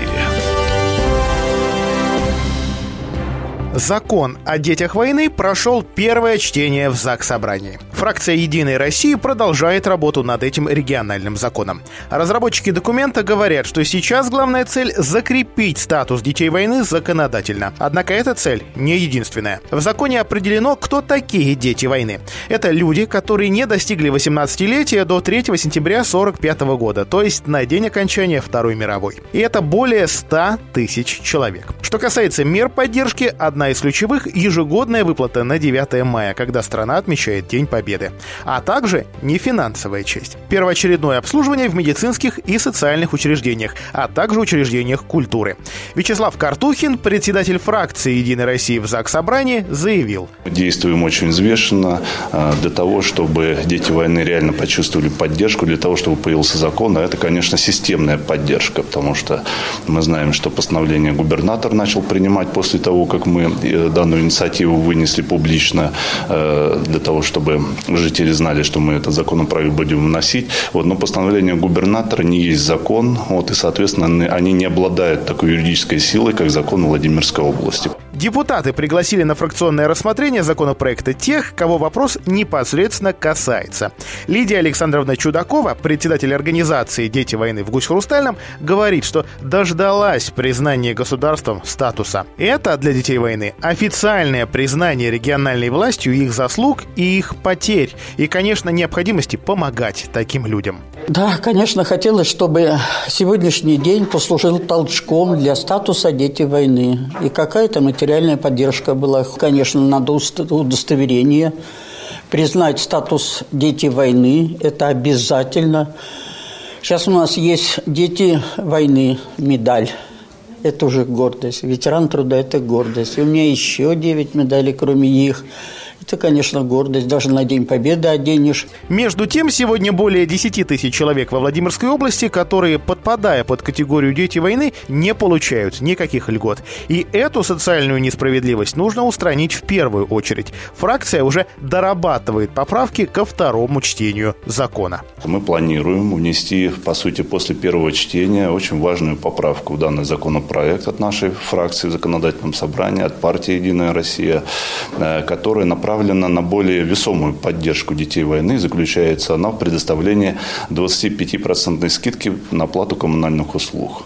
Закон о детях войны прошел первое чтение в Заксобрании. Фракция «Единой России» продолжает работу над этим региональным законом. Разработчики документа говорят, что сейчас главная цель – закрепить статус детей войны законодательно. Однако эта цель не единственная. В законе определено, кто такие дети войны. Это люди, которые не достигли восемнадцатилетия до третьего сентября сорок пятого года, то есть на день окончания Второй мировой. И это более ста тысяч человек. Что касается мер поддержки, одна из ключевых – ежегодная выплата на девятое мая, когда страна отмечает День Победы. А также нефинансовая часть. Первоочередное обслуживание в медицинских и социальных учреждениях, а также учреждениях культуры. Вячеслав Картухин, председатель фракции «Единой России» в Заксобрании, заявил: действуем очень взвешенно для того, чтобы дети войны реально почувствовали поддержку, для того, чтобы появился закон. А это, конечно, системная поддержка, потому что мы знаем, что постановление губернатор начал принимать после того, как мы данную инициативу вынесли публично, для того, чтобы жители знали, что мы этот законопроект будем вносить. Вот, но постановление губернатора не есть закон, вот, и, соответственно, они не обладают такой юридической силой, как закон Владимирской области. Депутаты пригласили на фракционное рассмотрение законопроекта тех, кого вопрос непосредственно касается. Лидия Александровна Чудакова, председатель организации «Дети войны» в Гусь-Хрустальном, говорит, что дождалась признания государством статуса. Это для детей войны официальное признание региональной властью их заслуг и их потерь, и, конечно, необходимости помогать таким людям. Да, конечно, хотелось, чтобы сегодняшний день послужил толчком для статуса «Дети войны». И какая-то материальная поддержка была. Конечно, надо удостоверение Признать статус «дети войны» – это обязательно. Сейчас у нас есть «дети войны» медаль. Это уже гордость. Ветеран труда – это гордость. И у меня еще девять медалей, кроме них. Это, конечно, гордость. Даже на День Победы оденешь. Между тем, сегодня более десять тысяч человек во Владимирской области, которые, подпадая под категорию «дети войны», не получают никаких льгот. И эту социальную несправедливость нужно устранить в первую очередь. Фракция уже дорабатывает поправки ко второму чтению закона. Мы планируем внести, по сути, после первого чтения очень важную поправку в данный законопроект от нашей фракции в законодательном собрании, от партии «Единая Россия», которая направлена на более весомую поддержку детей войны. Заключается она в предоставлении двадцатипятипроцентной скидки на оплату коммунальных услуг.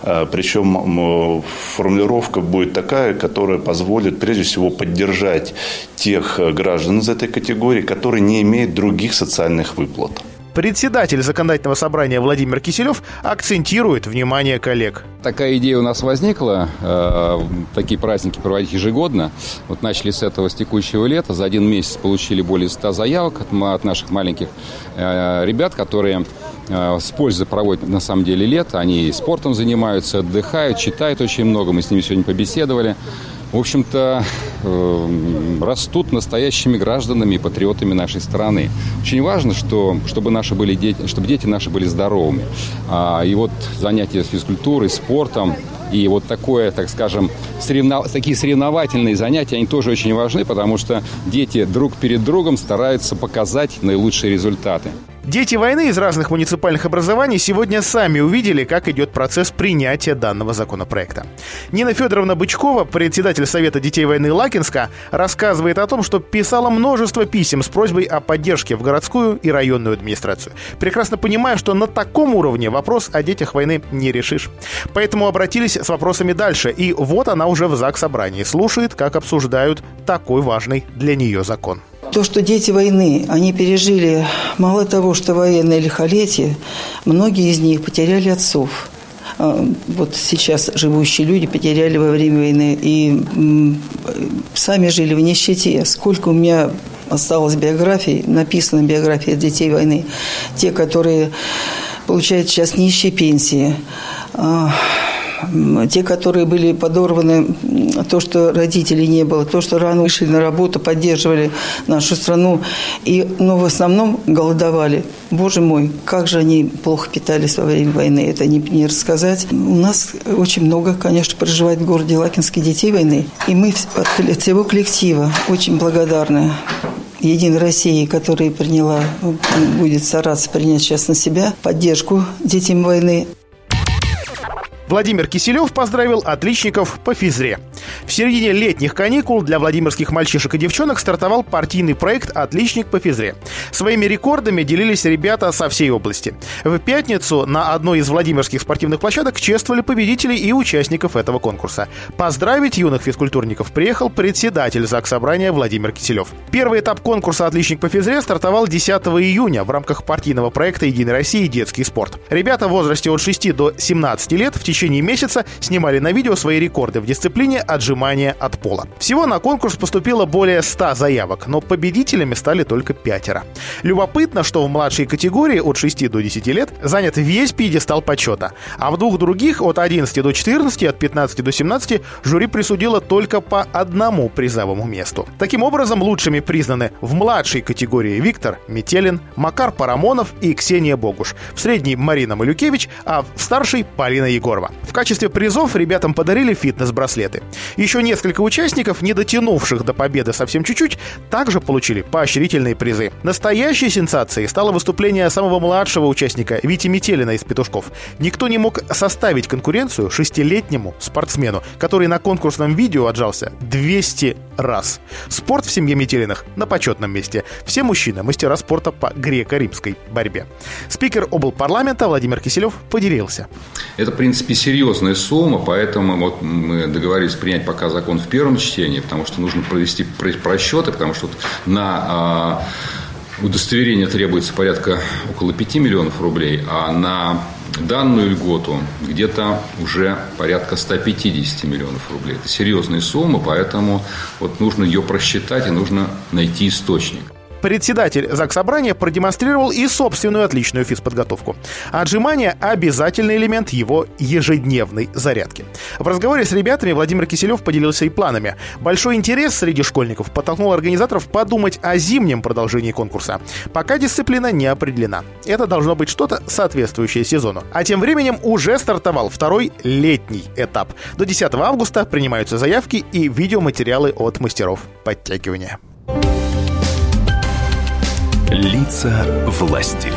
Причем формулировка будет такая, которая позволит прежде всего поддержать тех граждан из этой категории, которые не имеют других социальных выплат. Председатель законодательного собрания Владимир Киселев акцентирует внимание коллег. Такая идея у нас возникла, э, такие праздники проводить ежегодно. Вот начали с этого, с текущего лета. За один месяц получили более ста заявок от, от наших маленьких э, ребят, которые э, с пользой проводят на самом деле лето. Они спортом занимаются, отдыхают, читают очень много. Мы с ними сегодня побеседовали. В общем-то, э, растут настоящими гражданами и патриотами нашей страны. Очень важно, что, чтобы, наши были дети, чтобы дети наши были здоровыми. А, и вот занятия физкультурой, спортом и вот такое, так скажем, соревнов... такие соревновательные занятия, они тоже очень важны, потому что дети друг перед другом стараются показать наилучшие результаты. Дети войны из разных муниципальных образований сегодня сами увидели, как идет процесс принятия данного законопроекта. Нина Федоровна Бычкова, председатель Совета детей войны Лакинска, рассказывает о том, что писала множество писем с просьбой о поддержке в городскую и районную администрацию, прекрасно понимая, что на таком уровне вопрос о детях войны не решишь. Поэтому обратились с вопросами дальше, и вот она уже в Заксобрании слушает, как обсуждают такой важный для нее закон. То, что дети войны, они пережили мало того, что военное лихолетие, многие из них потеряли отцов. Вот сейчас живущие люди потеряли во время войны и сами жили в нищете. Сколько у меня осталось биографий, написано биография детей войны. Те, которые получают сейчас нищие пенсии, те, которые были подорваны, то, что родителей не было, то, что рано вышли на работу, поддерживали нашу страну, и, но в основном голодовали. Боже мой, как же они плохо питались во время войны, это не, не рассказать. У нас очень много, конечно, проживает в городе Лакинске детей войны, и мы от всего коллектива очень благодарны Единой России, которая приняла, будет стараться принять сейчас на себя поддержку детям войны. Владимир Киселев поздравил отличников по физре. В середине летних каникул для владимирских мальчишек и девчонок стартовал партийный проект «Отличник по физре». Своими рекордами делились ребята со всей области. В пятницу на одной из владимирских спортивных площадок чествовали победителей и участников этого конкурса. Поздравить юных физкультурников приехал председатель Заксобрания Владимир Киселев. Первый этап конкурса «Отличник по физре» стартовал десятого июня в рамках партийного проекта «Единой России. Детский спорт». Ребята в возрасте от шести до семнадцати лет в течение В течение месяца снимали на видео свои рекорды в дисциплине отжимания от пола. Всего на конкурс поступило более ста заявок, но победителями стали только пятеро. Любопытно, что в младшей категории от шести до десяти лет занят весь пьедестал почета, а в двух других от одиннадцати до четырнадцати, от пятнадцати до семнадцати жюри присудило только по одному призовому месту. Таким образом, лучшими признаны в младшей категории Виктор Метелин, Макар Парамонов и Ксения Богуш, в средней Марина Малюкевич, а в старшей Полина Егорова. В качестве призов ребятам подарили фитнес-браслеты. Еще несколько участников, не дотянувших до победы совсем чуть-чуть, также получили поощрительные призы. Настоящей сенсацией стало выступление самого младшего участника Вити Метелина из Петушков. Никто не мог составить конкуренцию шестилетнему спортсмену, который на конкурсном видео отжался двести раз. Спорт в семье Метелиных на почетном месте. Все мужчины – мастера спорта по греко-римской борьбе. Спикер облпарламента Владимир Киселев поделился. Это, в принципе, серьезная сумма, поэтому вот мы договорились принять пока закон в первом чтении, потому что нужно провести просчеты, потому что вот на э, удостоверение требуется порядка около пяти миллионов рублей, а на данную льготу где-то уже порядка ста пятидесяти миллионов рублей. Это серьезная сумма, поэтому вот нужно ее просчитать и нужно найти источник. Председатель Заксобрания продемонстрировал и собственную отличную физподготовку. Отжимания – обязательный элемент его ежедневной зарядки. В разговоре с ребятами Владимир Киселев поделился и планами. Большой интерес среди школьников подтолкнул организаторов подумать о зимнем продолжении конкурса. Пока дисциплина не определена. Это должно быть что-то соответствующее сезону. А тем временем уже стартовал второй летний этап. До десятого августа принимаются заявки и видеоматериалы от мастеров подтягивания. Лица власти.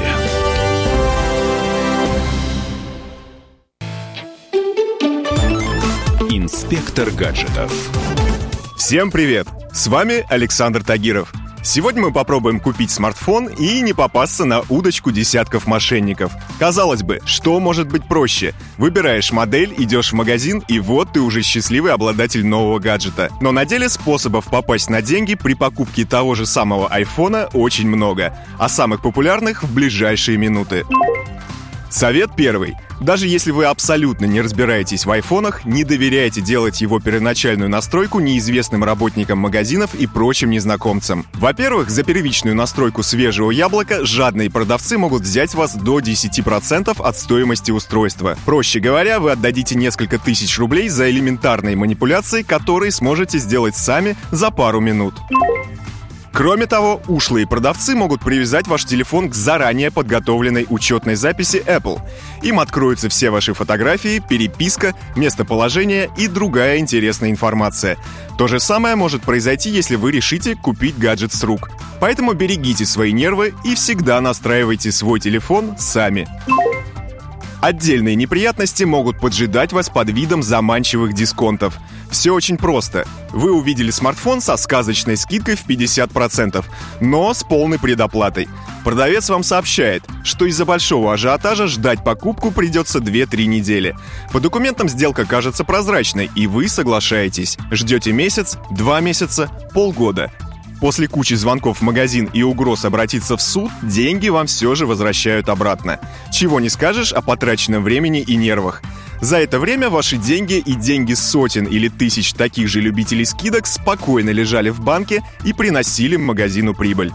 Инспектор гаджетов. Всем привет! С вами Александр Тагиров. Сегодня мы попробуем купить смартфон и не попасться на удочку десятков мошенников. Казалось бы, что может быть проще? Выбираешь модель, идешь в магазин, и вот ты уже счастливый обладатель нового гаджета. Но на деле способов попасть на деньги при покупке того же самого айфона очень много, а самых популярных в ближайшие минуты. Совет первый. Даже если вы абсолютно не разбираетесь в айфонах, не доверяйте делать его первоначальную настройку неизвестным работникам магазинов и прочим незнакомцам. Во-первых, за первичную настройку свежего яблока жадные продавцы могут взять вас до десять процентов от стоимости устройства. Проще говоря, вы отдадите несколько тысяч рублей за элементарные манипуляции, которые сможете сделать сами за пару минут. Кроме того, ушлые продавцы могут привязать ваш телефон к заранее подготовленной учетной записи Apple. Им откроются все ваши фотографии, переписка, местоположение и другая интересная информация. То же самое может произойти, если вы решите купить гаджет с рук. Поэтому берегите свои нервы и всегда настраивайте свой телефон сами. Отдельные неприятности могут поджидать вас под видом заманчивых дисконтов. Все очень просто. Вы увидели смартфон со сказочной скидкой в пятьдесят процентов, но с полной предоплатой. Продавец вам сообщает, что из-за большого ажиотажа ждать покупку придется две-три недели. По документам сделка кажется прозрачной, и вы соглашаетесь. Ждете месяц, два месяца, полгода. После кучи звонков в магазин и угроз обратиться в суд, деньги вам все же возвращают обратно. Чего не скажешь о потраченном времени и нервах. За это время ваши деньги и деньги сотен или тысяч таких же любителей скидок спокойно лежали в банке и приносили магазину прибыль.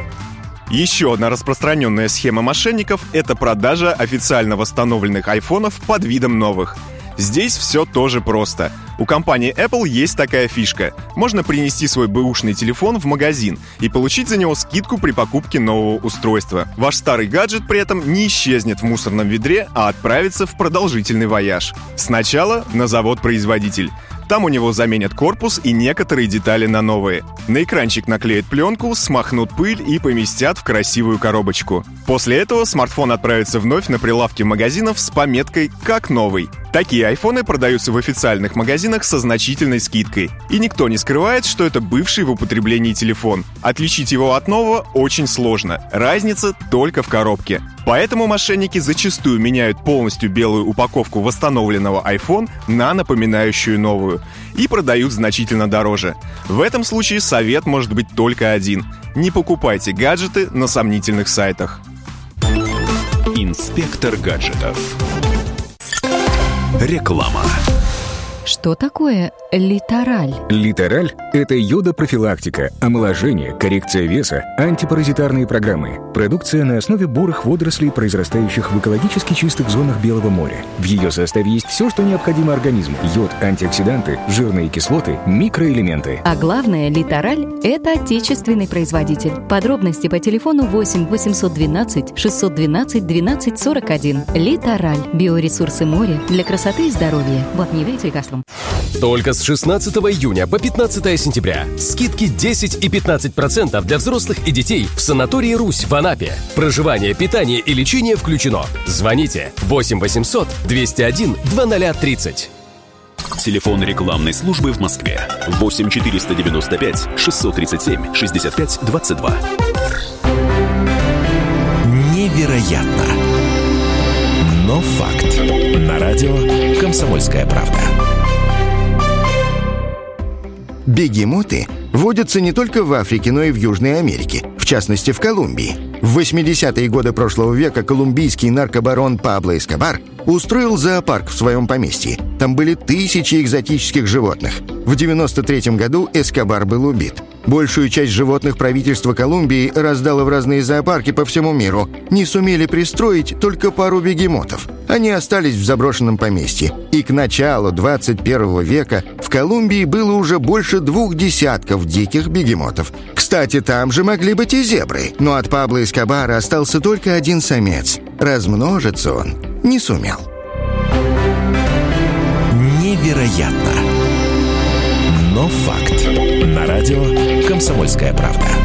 Еще одна распространенная схема мошенников – это продажа официально восстановленных айфонов под видом новых. Здесь все тоже просто. У компании Apple есть такая фишка. Можно принести свой бэушный телефон в магазин и получить за него скидку при покупке нового устройства. Ваш старый гаджет при этом не исчезнет в мусорном ведре, а отправится в продолжительный вояж. Сначала на завод-производитель. Там у него заменят корпус и некоторые детали на новые. На экранчик наклеят пленку, смахнут пыль и поместят в красивую коробочку. После этого смартфон отправится вновь на прилавки магазинов с пометкой «Как новый». Такие айфоны продаются в официальных магазинах со значительной скидкой. И никто не скрывает, что это бывший в употреблении телефон. Отличить его от нового очень сложно. Разница только в коробке. Поэтому мошенники зачастую меняют полностью белую упаковку восстановленного iPhone на напоминающую новую и продают значительно дороже. В этом случае совет может быть только один. Не покупайте гаджеты на сомнительных сайтах. Инспектор гаджетов. Реклама. Что такое литераль? Литераль – это йодопрофилактика, омоложение, коррекция веса, антипаразитарные программы. Продукция на основе бурых водорослей, произрастающих в экологически чистых зонах Белого моря. В ее составе есть все, что необходимо организму. Йод, антиоксиданты, жирные кислоты, микроэлементы. А главное, литераль – это отечественный производитель. Подробности по телефону восемь восемьсот двенадцать шестьсот двенадцать двенадцать сорок один. Литераль – биоресурсы моря для красоты и здоровья. Вот не является лекарством. Только с шестнадцатого июня по пятнадцатое сентября. Скидки десять и пятнадцать процентов для взрослых и детей в санатории «Русь» в Анапе. Проживание, питание и лечение включено. Звоните восемь восемьсот двести один двадцать тридцать. Телефон рекламной службы в Москве. восемь четыреста девяносто пять шестьсот тридцать семь шестьдесят пять двадцать два. Невероятно, но факт. На радио «Комсомольская правда». Бегемоты водятся не только в Африке, но и в Южной Америке, в частности в Колумбии. В восьмидесятые годы прошлого века колумбийский наркобарон Пабло Эскобар устроил зоопарк в своем поместье. Там были тысячи экзотических животных. В девяносто третьем году Эскобар был убит. Большую часть животных правительство Колумбии раздало в разные зоопарки по всему миру. Не сумели пристроить только пару бегемотов. Они остались в заброшенном поместье. И к началу двадцать первого века в Колумбии было уже больше двух десятков диких бегемотов. Кстати, там же могли быть и зебры. Но от Пабло Эскобара остался только один самец. Размножиться он не сумел. Невероятно, но факт. На радио «Комсомольская правда».